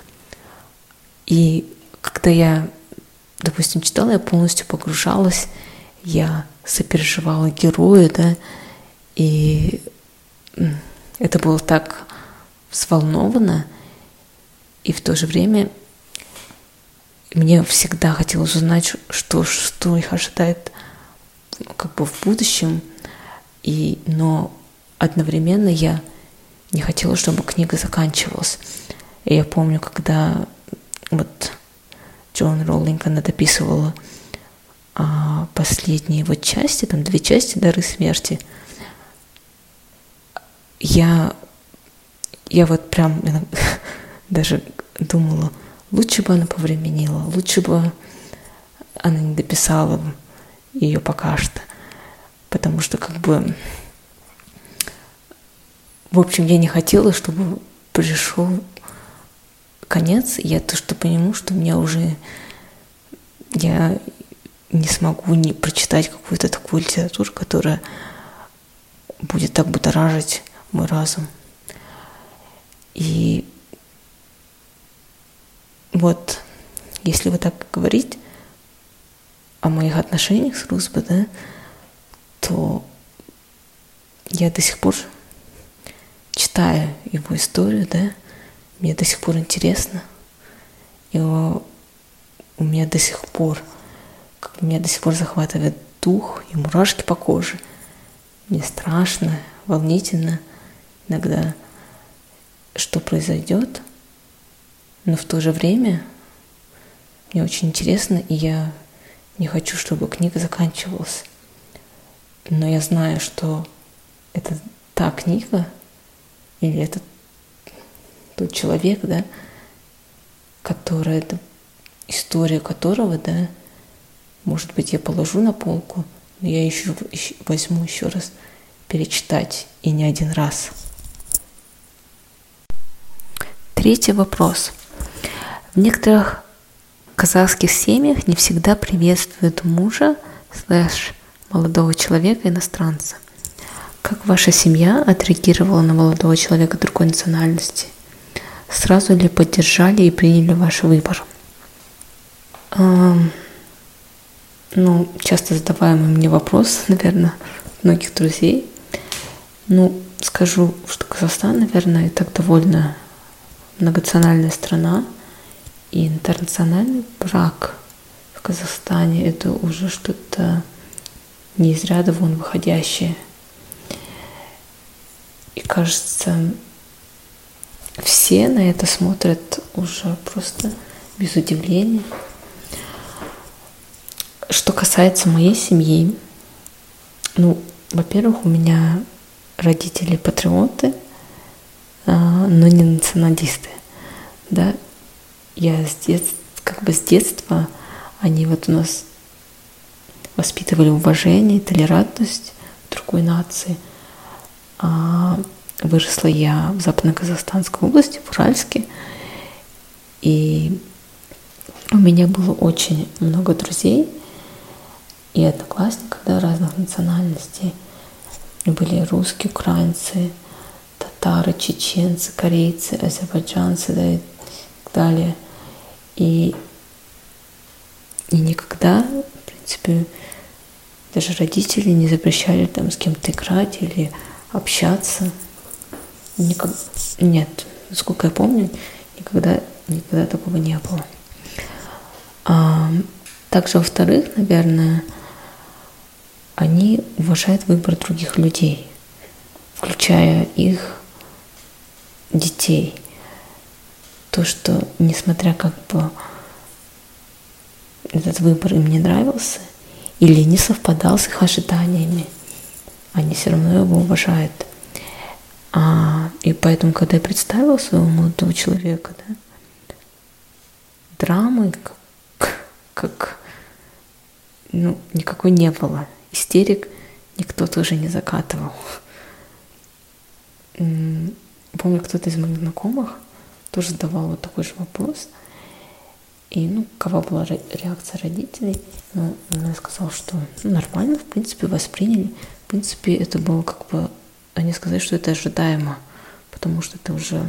S1: И когда я, допустим, читала, я полностью погружалась, я сопереживала героя, да, и это было так взволнованно, и в то же время мне всегда хотелось узнать, что, что их ожидает как бы в будущем, и, но одновременно я не хотела, чтобы книга заканчивалась. И я помню, когда вот Джоан Роулинг, она дописывала а, последние вот части, там две части «Дары смерти», я, я вот прям даже думала, лучше бы она повременила, лучше бы она не дописала ее пока что, потому что как бы, в общем, я не хотела, чтобы пришел конец, и я то, что понимаю, что меня уже, я не смогу не прочитать какую-то такую литературу, которая будет так будоражить мой разум. И вот, если вот так говорить о моих отношениях с Русбо, да, то я до сих пор, читая его историю, да, мне до сих пор интересно. И у меня до сих пор, меня до сих пор захватывает дух и мурашки по коже. Мне страшно, волнительно иногда, что произойдет, но в то же время мне очень интересно, и я не хочу, чтобы книга заканчивалась. Но я знаю, что это та книга, или это тот человек, да, который, это история которого, да, может быть, я положу на полку, но я еще, еще возьму еще раз перечитать, и не один раз. Третий вопрос. В некоторых казахских семьях не всегда приветствуют мужа слэш молодого человека иностранца. Как ваша семья отреагировала на молодого человека другой национальности? Сразу ли поддержали и приняли ваш выбор? Эм, ну, часто задаваемый мне вопрос, наверное, многих друзей. Ну, скажу, что Казахстан, наверное, и так довольно многонациональная страна, и интернациональный брак в Казахстане — это уже что-то не из ряда вон выходящее. И кажется, все на это смотрят уже просто без удивления. Что касается моей семьи, ну, во-первых, у меня родители патриоты, но не националисты, да. Я с детства, как бы с детства, они вот у нас воспитывали уважение, толерантность к другой нации. А выросла я в Западно-Казахстанской области, в Уральске, и у меня было очень много друзей и одноклассников, да, разных национальностей. Были русские, украинцы, татары, чеченцы, корейцы, азербайджанцы, да, и так далее. И, и никогда, в принципе, даже родители не запрещали там с кем-то играть или общаться. Никак... Нет, насколько я помню, никогда, никогда такого не было. А, также, во-вторых, наверное, они уважают выбор других людей, включая их детей. То, что, несмотря как бы этот выбор им не нравился или не совпадал с их ожиданиями, они все равно его уважают. А, и поэтому, когда я представила своего молодого человека, да, драмы как, как ну, никакой не было. Истерик никто тоже не закатывал. Помню, кто-то из моих знакомых тоже задавал вот такой же вопрос. И, ну, какова была реакция родителей? Ну, она сказала, что ну, нормально, в принципе, восприняли. В принципе, это было как бы... Они сказали, что это ожидаемо, потому что ты уже,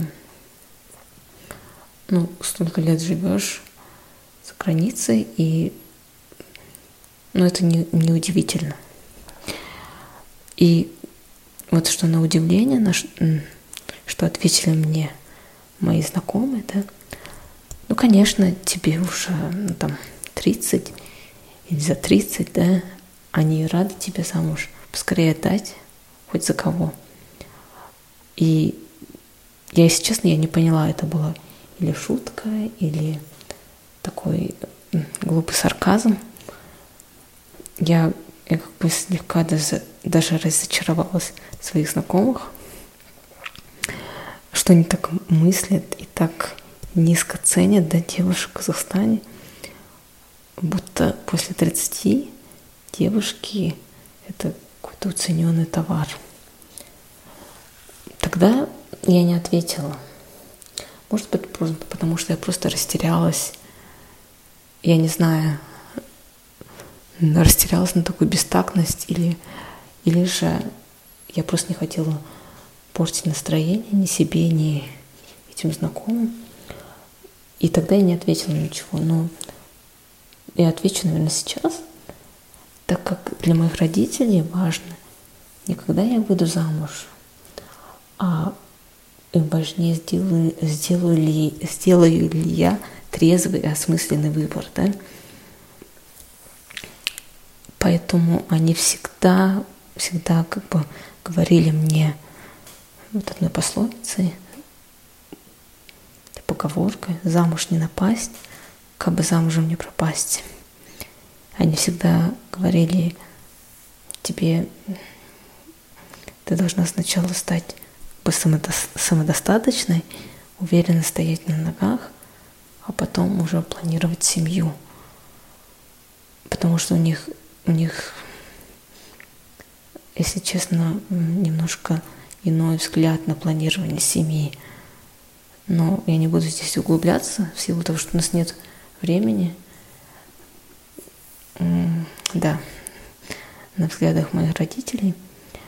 S1: ну, столько лет живешь за границей, и, ну, это не, не удивительно. И вот что на удивление, на, что ответили мне мои знакомые, да, ну, конечно, тебе уже, ну, там, тридцать или за тридцать, да, они рады тебе замуж поскорее отдать, хоть за кого. И я, если честно, я не поняла, это была или шутка, или такой глупый сарказм. Я, я как бы слегка даже, даже разочаровалась в своих знакомых, что они так мыслят и так низко ценят, да, девушек в Казахстане, будто после тридцати девушки — это какой-то уцененный товар. Тогда я не ответила. Может быть, просто потому что я просто растерялась. Я не знаю, растерялась на такую бестактность, или, или же я просто не хотела портить настроение ни себе, ни этим знакомым. И тогда я не ответила ничего. Но я отвечу, наверное, сейчас, так как для моих родителей важно не когда я выйду замуж, а им важнее, сделаю, сделаю, ли, сделаю ли я трезвый и осмысленный выбор, да? Поэтому они всегда, всегда как бы говорили мне вот одной пословицей, поговоркой: замуж не напасть, как бы замужем не пропасть. Они всегда говорили: тебе ты должна сначала стать самодостаточной, уверенно стоять на ногах, а потом уже планировать семью. Потому что у них, у них, если честно, немножко иной взгляд на планирование семьи. Но я не буду здесь углубляться в силу того, что у нас нет времени. Да, на взглядах моих родителей.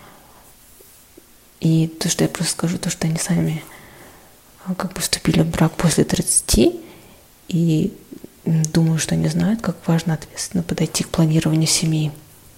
S1: И то, что я просто скажу, то, что они сами как бы вступили в брак после тридцати, и думаю, что они знают, как важно ответственно подойти к планированию семьи.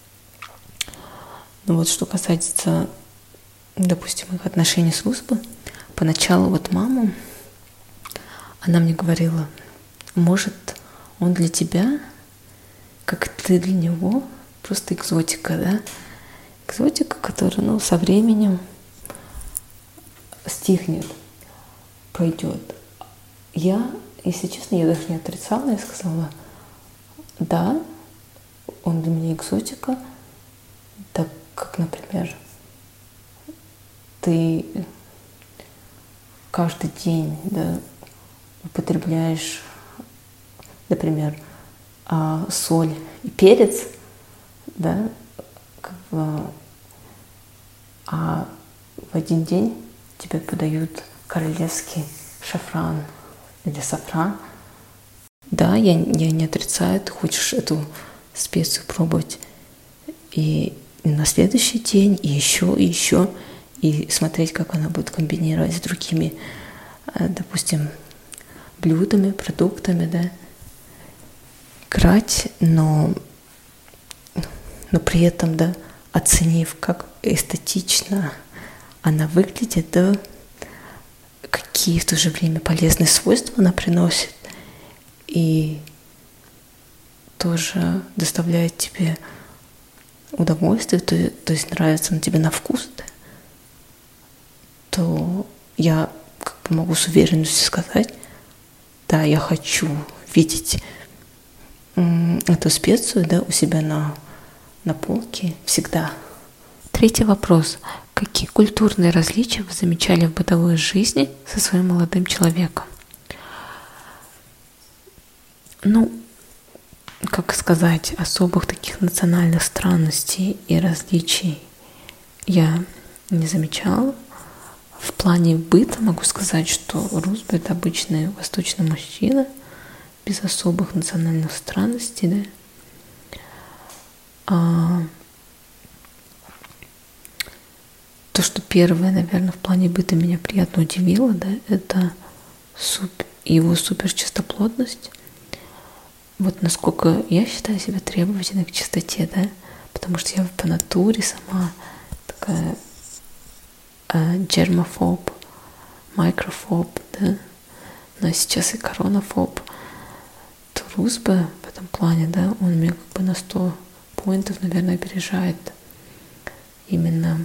S1: Ну вот, что касается, допустим, их отношений с Русбой, поначалу вот мама, она мне говорила: может, он для тебя, как ты для него, просто экзотика, да? Экзотика, которая, ну, со временем стихнет, пройдет. Я, если честно, я даже не отрицала, я сказала: да, он для меня экзотика, так как, например, ты каждый день, да, употребляешь, например, соль и перец, да, как бы, а в один день тебе подают королевский шафран или сафран. Да, я, я не отрицаю, ты хочешь эту специю пробовать и на следующий день, и еще, и еще, и смотреть, как она будет комбинировать с другими, допустим, блюдами, продуктами, да, играть, но, но при этом, да, оценив, как эстетично она выглядит, да, какие в то же время полезные свойства она приносит, и тоже доставляет тебе удовольствие, то, то есть нравится она тебе на вкус, да, то я как бы могу с уверенностью сказать: да, я хочу видеть м, эту специю, да, у себя на, на полке всегда. Третий вопрос. Какие культурные различия вы замечали в бытовой жизни со своим молодым человеком? Ну, как сказать, особых таких национальных странностей и различий я не замечала. В плане быта могу сказать, что Русба — это обычный восточный мужчина, без особых национальных странностей, да. А то, что первое, наверное, в плане быта меня приятно удивило, да, это супер, его суперчистоплотность. Вот насколько я считаю себя требовательной к чистоте, да, потому что я по натуре сама такая э, джермофоб, микрофоб, да, но сейчас и коронафоб. То Русба в этом плане, да, он меня как бы на сто поинтов, наверное, опережает именно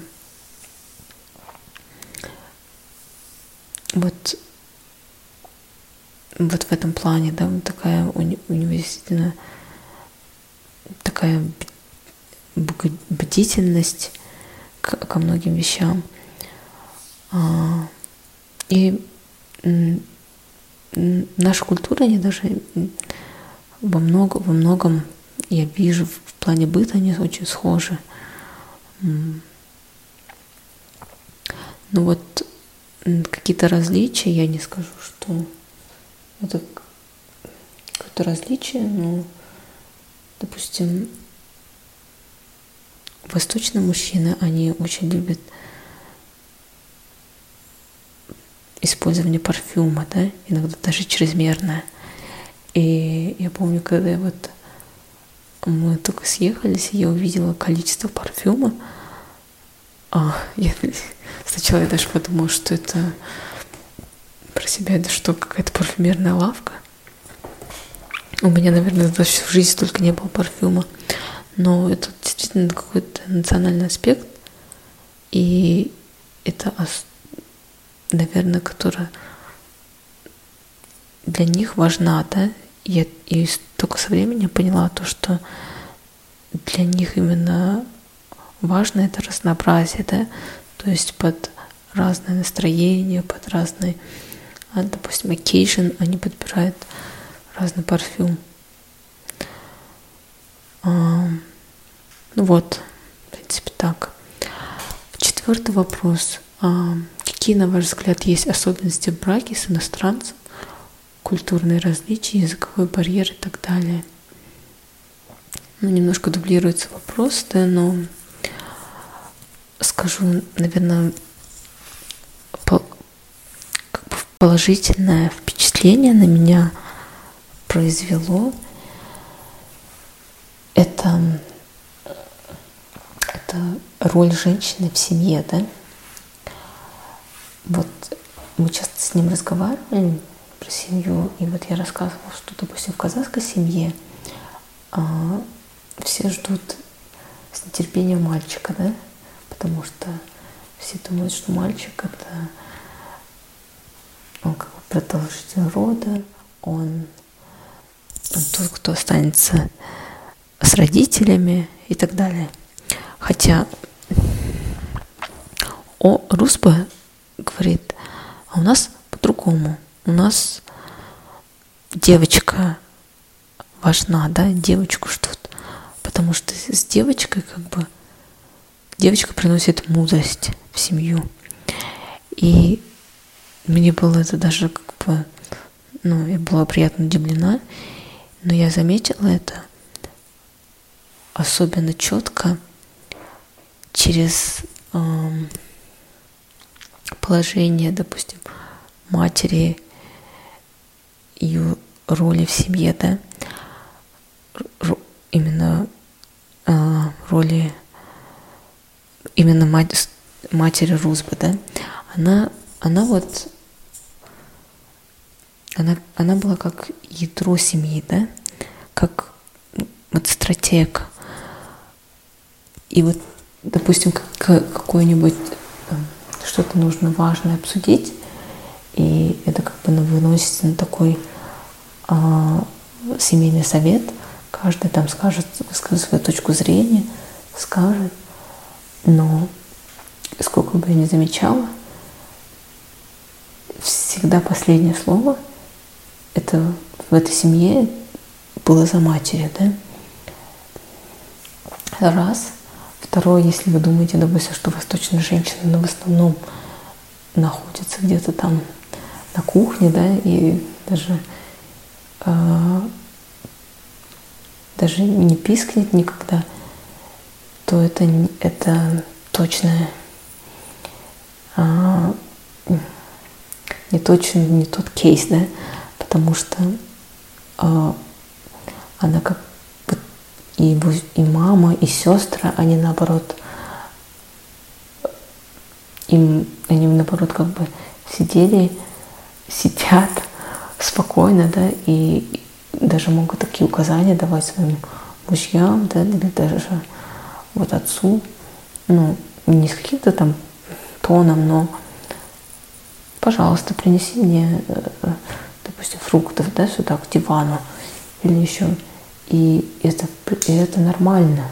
S1: вот вот в этом плане, да, вот такая у, у него действительно такая бдительность к, ко многим вещам. А, и м, наша культура, они даже во, много, во многом, я вижу, в плане быта они очень схожи. Ну вот какие-то различия, я не скажу, что это какое-то различие, но, допустим, восточные мужчины, они очень любят использование парфюма, да, иногда даже чрезмерное. И я помню, когда вот мы только съехались, и я увидела количество парфюма, а, я, сначала я даже подумала, что это про себя, это что, какая-то парфюмерная лавка. У меня, наверное, за всю жизнь столько не было парфюма. Но это действительно какой-то национальный аспект. И это, наверное, которая для них важна, да. И, и только со временем поняла то, что для них именно важно это разнообразие, да. То есть под разное настроение, под разные, допустим, occasion они подбирают разный парфюм. А, ну вот, в принципе, так. Четвертый вопрос. А, какие, на ваш взгляд, есть особенности в браке с иностранцем, культурные различия, языковой барьер и так далее? Ну, немножко дублируется вопрос, да, но скажу, наверное, положительное впечатление на меня произвело это, это роль женщины в семье, да. Вот мы часто с ним разговаривали про семью, и вот я рассказывала, что, допустим, в казахской семье а, все ждут с нетерпением мальчика, да, потому что все думают, что мальчик — это он как бы продолжитель рода, он, он тот, кто останется с родителями и так далее. Хотя о Русба говорит, а у нас по-другому. У нас девочка важна, да, девочку ждут. Потому что с девочкой как бы девочка приносит мудрость в семью. И мне было это даже как бы, ну, я была приятно удивлена, но я заметила это особенно четко через эм, положение, допустим, матери, ее роли в семье, да, Р- именно э, роли именно мать, матери Русбы, да, она, она вот Она, она была как ядро семьи, да, как вот стратег. И вот, допустим, как, какое-нибудь там, что-то нужно важное обсудить, и это как бы выносится на такой а, семейный совет. Каждый там скажет, выскажет свою точку зрения, скажет, но сколько бы я ни замечала, всегда последнее слово это в этой семье было за матерью, да? Раз. Второе, если вы думаете, допустим, что восточные женщины в основном находятся где-то там на кухне, да, и даже, э, даже не пискнет никогда, то это, это точно э, не, точно, не тот кейс, да, потому что э, она как бы и, и мама, и сестры, они наоборот, им, они наоборот как бы сидели, сидят спокойно, да, и даже могут такие указания давать своим мужьям, да, или даже вот отцу, ну, не с каким-то там тоном, но пожалуйста, принеси мне, допустим, фруктов, да, сюда, к дивану, или еще. И это, и это нормально.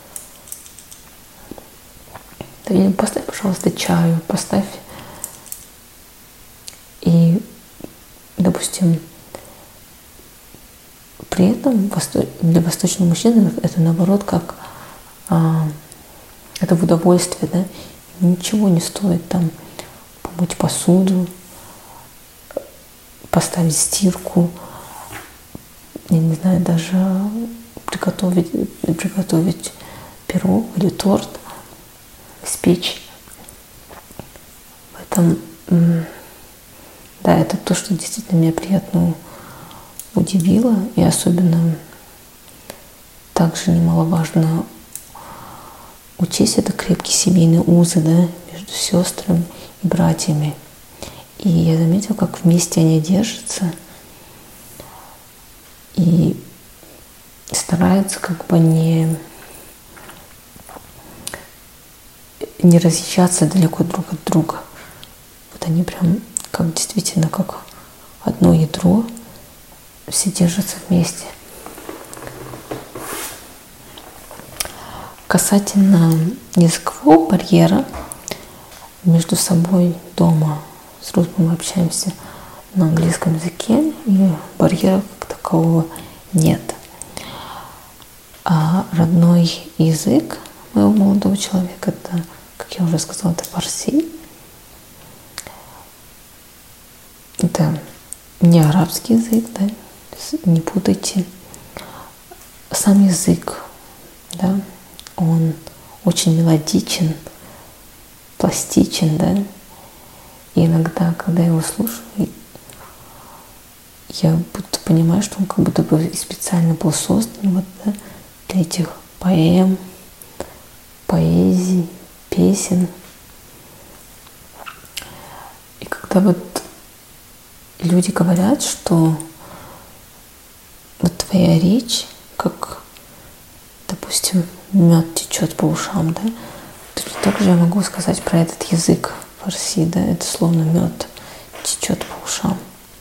S1: Или поставь, пожалуйста, чаю, поставь. И, допустим, при этом для восточного мужчины это наоборот как а, это в удовольствие, да, ничего не стоит там помыть посуду, поставить стирку, я не знаю, даже приготовить, приготовить пирог или торт, испечь. Поэтому, да, это то, что действительно меня приятно удивило, и особенно также немаловажно учесть это крепкие семейные узы, да, между сестрами и братьями. И я заметила, как вместе они держатся и стараются как бы не, не разъезжаться далеко друг от друга. Вот они прям как действительно как одно ядро, все держатся вместе. Касательно языкового барьера между собой дома, с Рузбом мы общаемся на английском языке, и барьера как такового нет. А родной язык моего молодого человека, это, как я уже сказала, это фарси. Это не арабский язык, да, не путайте. Сам язык, да, он очень мелодичен, пластичен, да. И иногда, когда я его слушаю, я будто понимаю, что он как будто бы специально был создан вот, да, для этих поэм, поэзий, песен. И когда вот люди говорят, что вот твоя речь, как, допустим, мед течет по ушам, да, точно так же я могу сказать про этот язык фарси, да, это словно мед течет по ушам.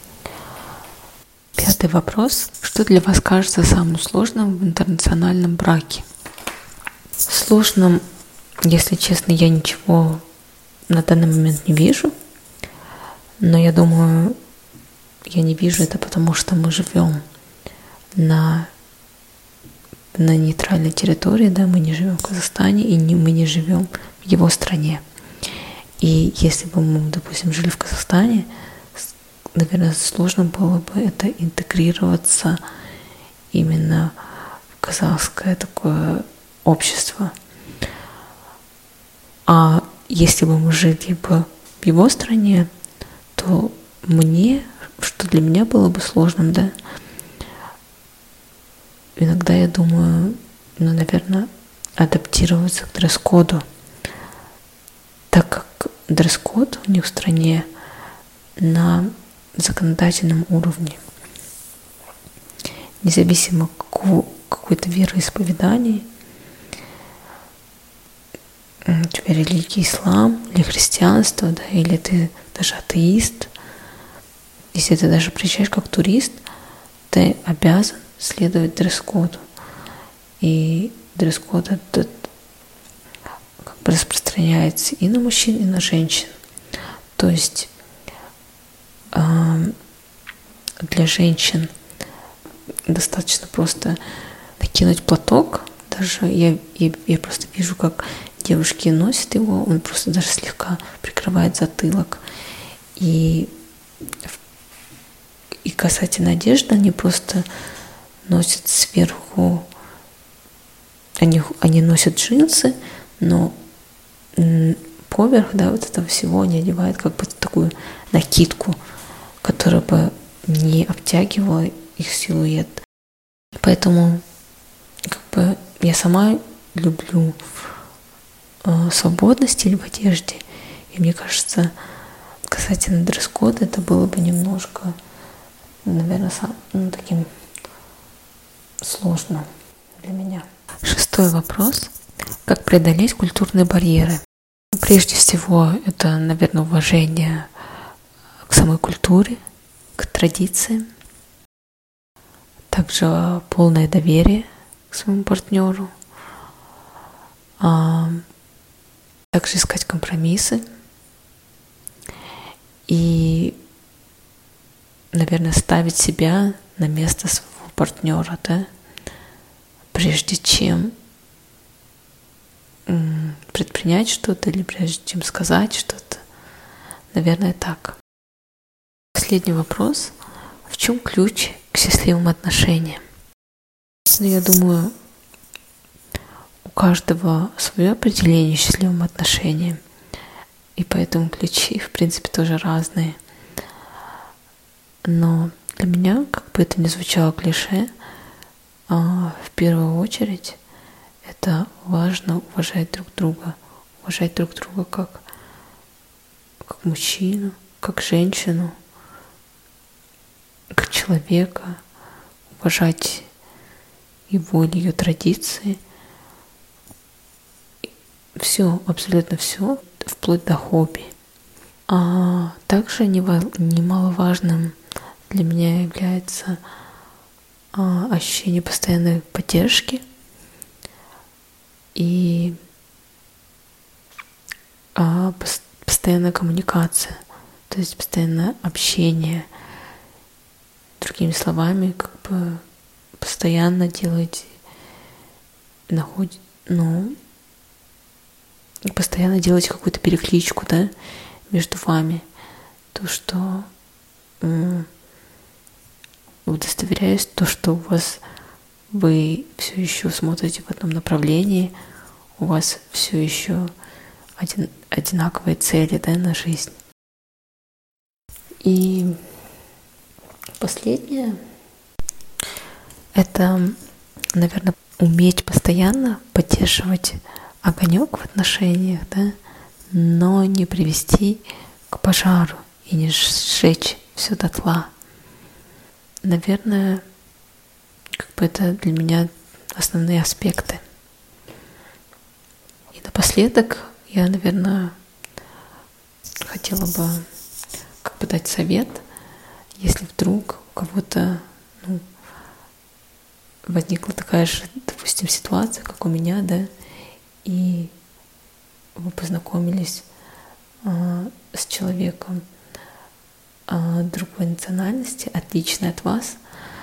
S1: Пятый вопрос. Что для вас кажется самым сложным в интернациональном браке? Сложным, если честно, я ничего на данный момент не вижу, но я думаю, я не вижу это потому, что мы живем на, на нейтральной территории, да, мы не живем в Казахстане, и не, мы не живем в его стране. И если бы мы, допустим, жили в Казахстане, наверное, сложно было бы это интегрироваться именно в казахское такое общество. А если бы мы жили бы в его стране, то мне, что для меня было бы сложным, да, иногда я думаю, ну, наверное, адаптироваться к дресс-коду, так как дресс-код у них в стране на законодательном уровне. Независимо какого, какой-то вероисповедания, у тебя религия ислам или христианство, да, или ты даже атеист, если ты даже приезжаешь как турист, ты обязан следовать дресс-коду. И дресс-код этот как распространяется и на мужчин, и на женщин. То есть для женщин достаточно просто накинуть платок. Даже я, я, я просто вижу, как девушки носят его, он просто даже слегка прикрывает затылок. И, и касательно одежды, они просто носят сверху, они, они носят джинсы, но поверх, да, вот этого всего они одевают как бы такую накидку, которая бы не обтягивала их силуэт. Поэтому как бы я сама люблю э, свободный стиль в одежде, и мне кажется, касательно дресс-кода, это было бы немножко, наверное, сам, ну, таким сложно для меня. Шестой вопрос. Как преодолеть культурные барьеры? Прежде всего, это, наверное, уважение к самой культуре, к традициям. Также полное доверие к своему партнеру. А также искать компромиссы. И, наверное, ставить себя на место своего партнера, да, прежде чем предпринять что-то или прежде чем сказать что-то. Наверное, так. Последний вопрос. В чем ключ к счастливым отношениям? Ну, я думаю, у каждого свое определение счастливым отношениям. И поэтому ключи, в принципе, тоже разные. Но для меня, как бы это ни звучало клише, в первую очередь это важно уважать друг друга. Уважать друг друга как, как мужчину, как женщину, как человека. Уважать его или ее традиции. Все, абсолютно все, вплоть до хобби. А также немаловажным для меня является ощущение постоянной поддержки и а, постоянная коммуникация, то есть постоянное общение. Другими словами, как бы постоянно делать, находить, ну, постоянно делать какую-то перекличку, да, между вами. То, что м- удостоверяюсь, то, что у вас вы все еще смотрите в одном направлении, у вас все еще один, одинаковые цели, да, на жизнь. И последнее — это, наверное, уметь постоянно поддерживать огонек в отношениях, да, но не привести к пожару и не сжечь все дотла. Наверное, как бы это для меня основные аспекты. И напоследок я, наверное, хотела бы как бы дать совет, если вдруг у кого-то, ну, возникла такая же, допустим, ситуация, как у меня, да, и вы познакомились э, с человеком э, другой национальности, отличной от вас,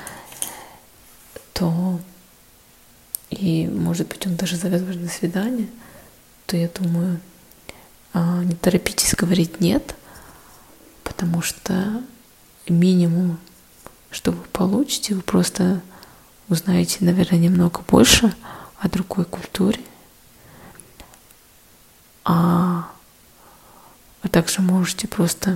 S1: то и, может быть, он даже зовет вас на свидание, то я думаю, э, не торопитесь говорить «нет», потому что минимум, что вы получите, вы просто узнаете, наверное, немного больше о другой культуре, а вы также можете просто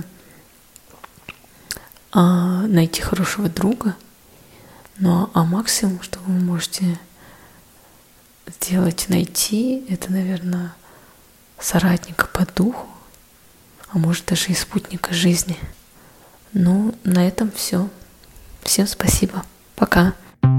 S1: а, найти хорошего друга. Ну а максимум, что вы можете сделать, найти, это, наверное, соратника по духу, а может даже и спутника жизни. Ну, на этом все. Всем спасибо. Пока.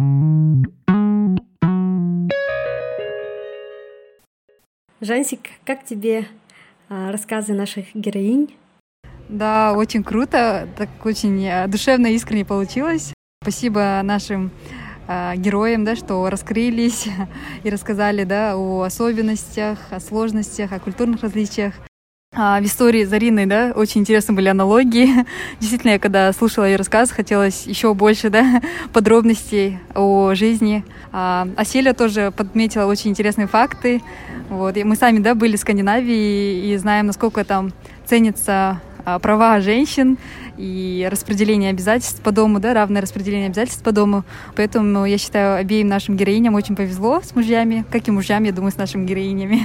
S3: Жансик, как тебе а, рассказы наших героинь?
S2: Да, очень круто, так очень душевно, искренне получилось. Спасибо нашим героям, да, что раскрылись и рассказали, да, о особенностях, о сложностях, о культурных различиях. В истории Зарины, да, очень интересны были аналогии. Действительно, я когда слушала ее рассказ, хотелось еще больше, да, подробностей о жизни. А Селя тоже подметила очень интересные факты. Вот. И мы сами, да, были в Скандинавии и знаем, насколько там ценятся права женщин и распределение обязательств по дому, да, равное распределение обязательств по дому. Поэтому я считаю, обеим нашим героиням очень повезло с мужьями, как и мужьям, я думаю, с нашими героинями.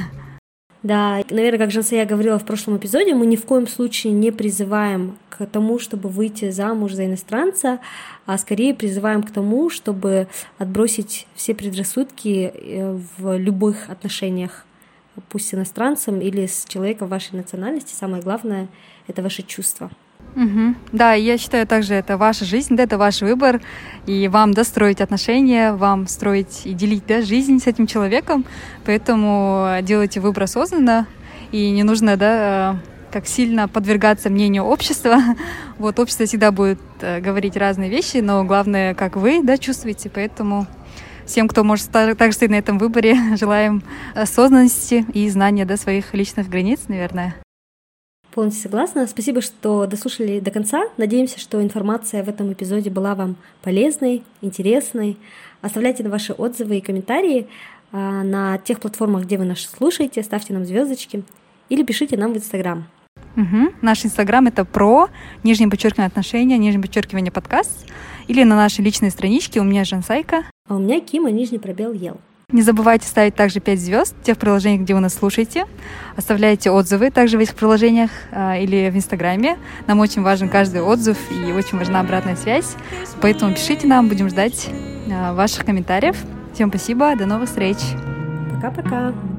S3: Да, наверное, как Жансая говорила в прошлом эпизоде, мы ни в коем случае не призываем к тому, чтобы выйти замуж за иностранца, а скорее призываем к тому, чтобы отбросить все предрассудки в любых отношениях, пусть с иностранцем или с человеком вашей национальности. Самое главное — это ваши чувства.
S2: Угу. Да, я считаю также, это ваша жизнь, да, это ваш выбор, и вам, да, строить отношения, вам строить и делить, да, жизнь с этим человеком, поэтому делайте выбор осознанно, и не нужно, да, как сильно подвергаться мнению общества. Вот, общество всегда будет говорить разные вещи, но главное, как вы, да, чувствуете, поэтому всем, кто может также стоять на этом выборе, желаем осознанности и знания, да, своих личных границ, наверное.
S3: Полностью согласна. Спасибо, что дослушали до конца. Надеемся, что информация в этом эпизоде была вам полезной, интересной. Оставляйте ваши отзывы и комментарии на тех платформах, где вы нас слушаете. Ставьте нам звездочки или пишите нам в Инстаграм.
S2: Угу. Наш Инстаграм — это про нижнее подчеркивание отношения, нижнее подчеркивание подкаст. Или на нашей личной страничке у меня Жансайка.
S3: А у меня Кима, нижний пробел Ел.
S2: Не забывайте ставить также пять звезд в тех приложениях, где вы нас слушаете. Оставляйте отзывы также в этих приложениях э, или в Инстаграме. Нам очень важен каждый отзыв и очень важна обратная связь. Поэтому пишите нам, будем ждать э, ваших комментариев. Всем спасибо, до новых встреч.
S3: Пока-пока.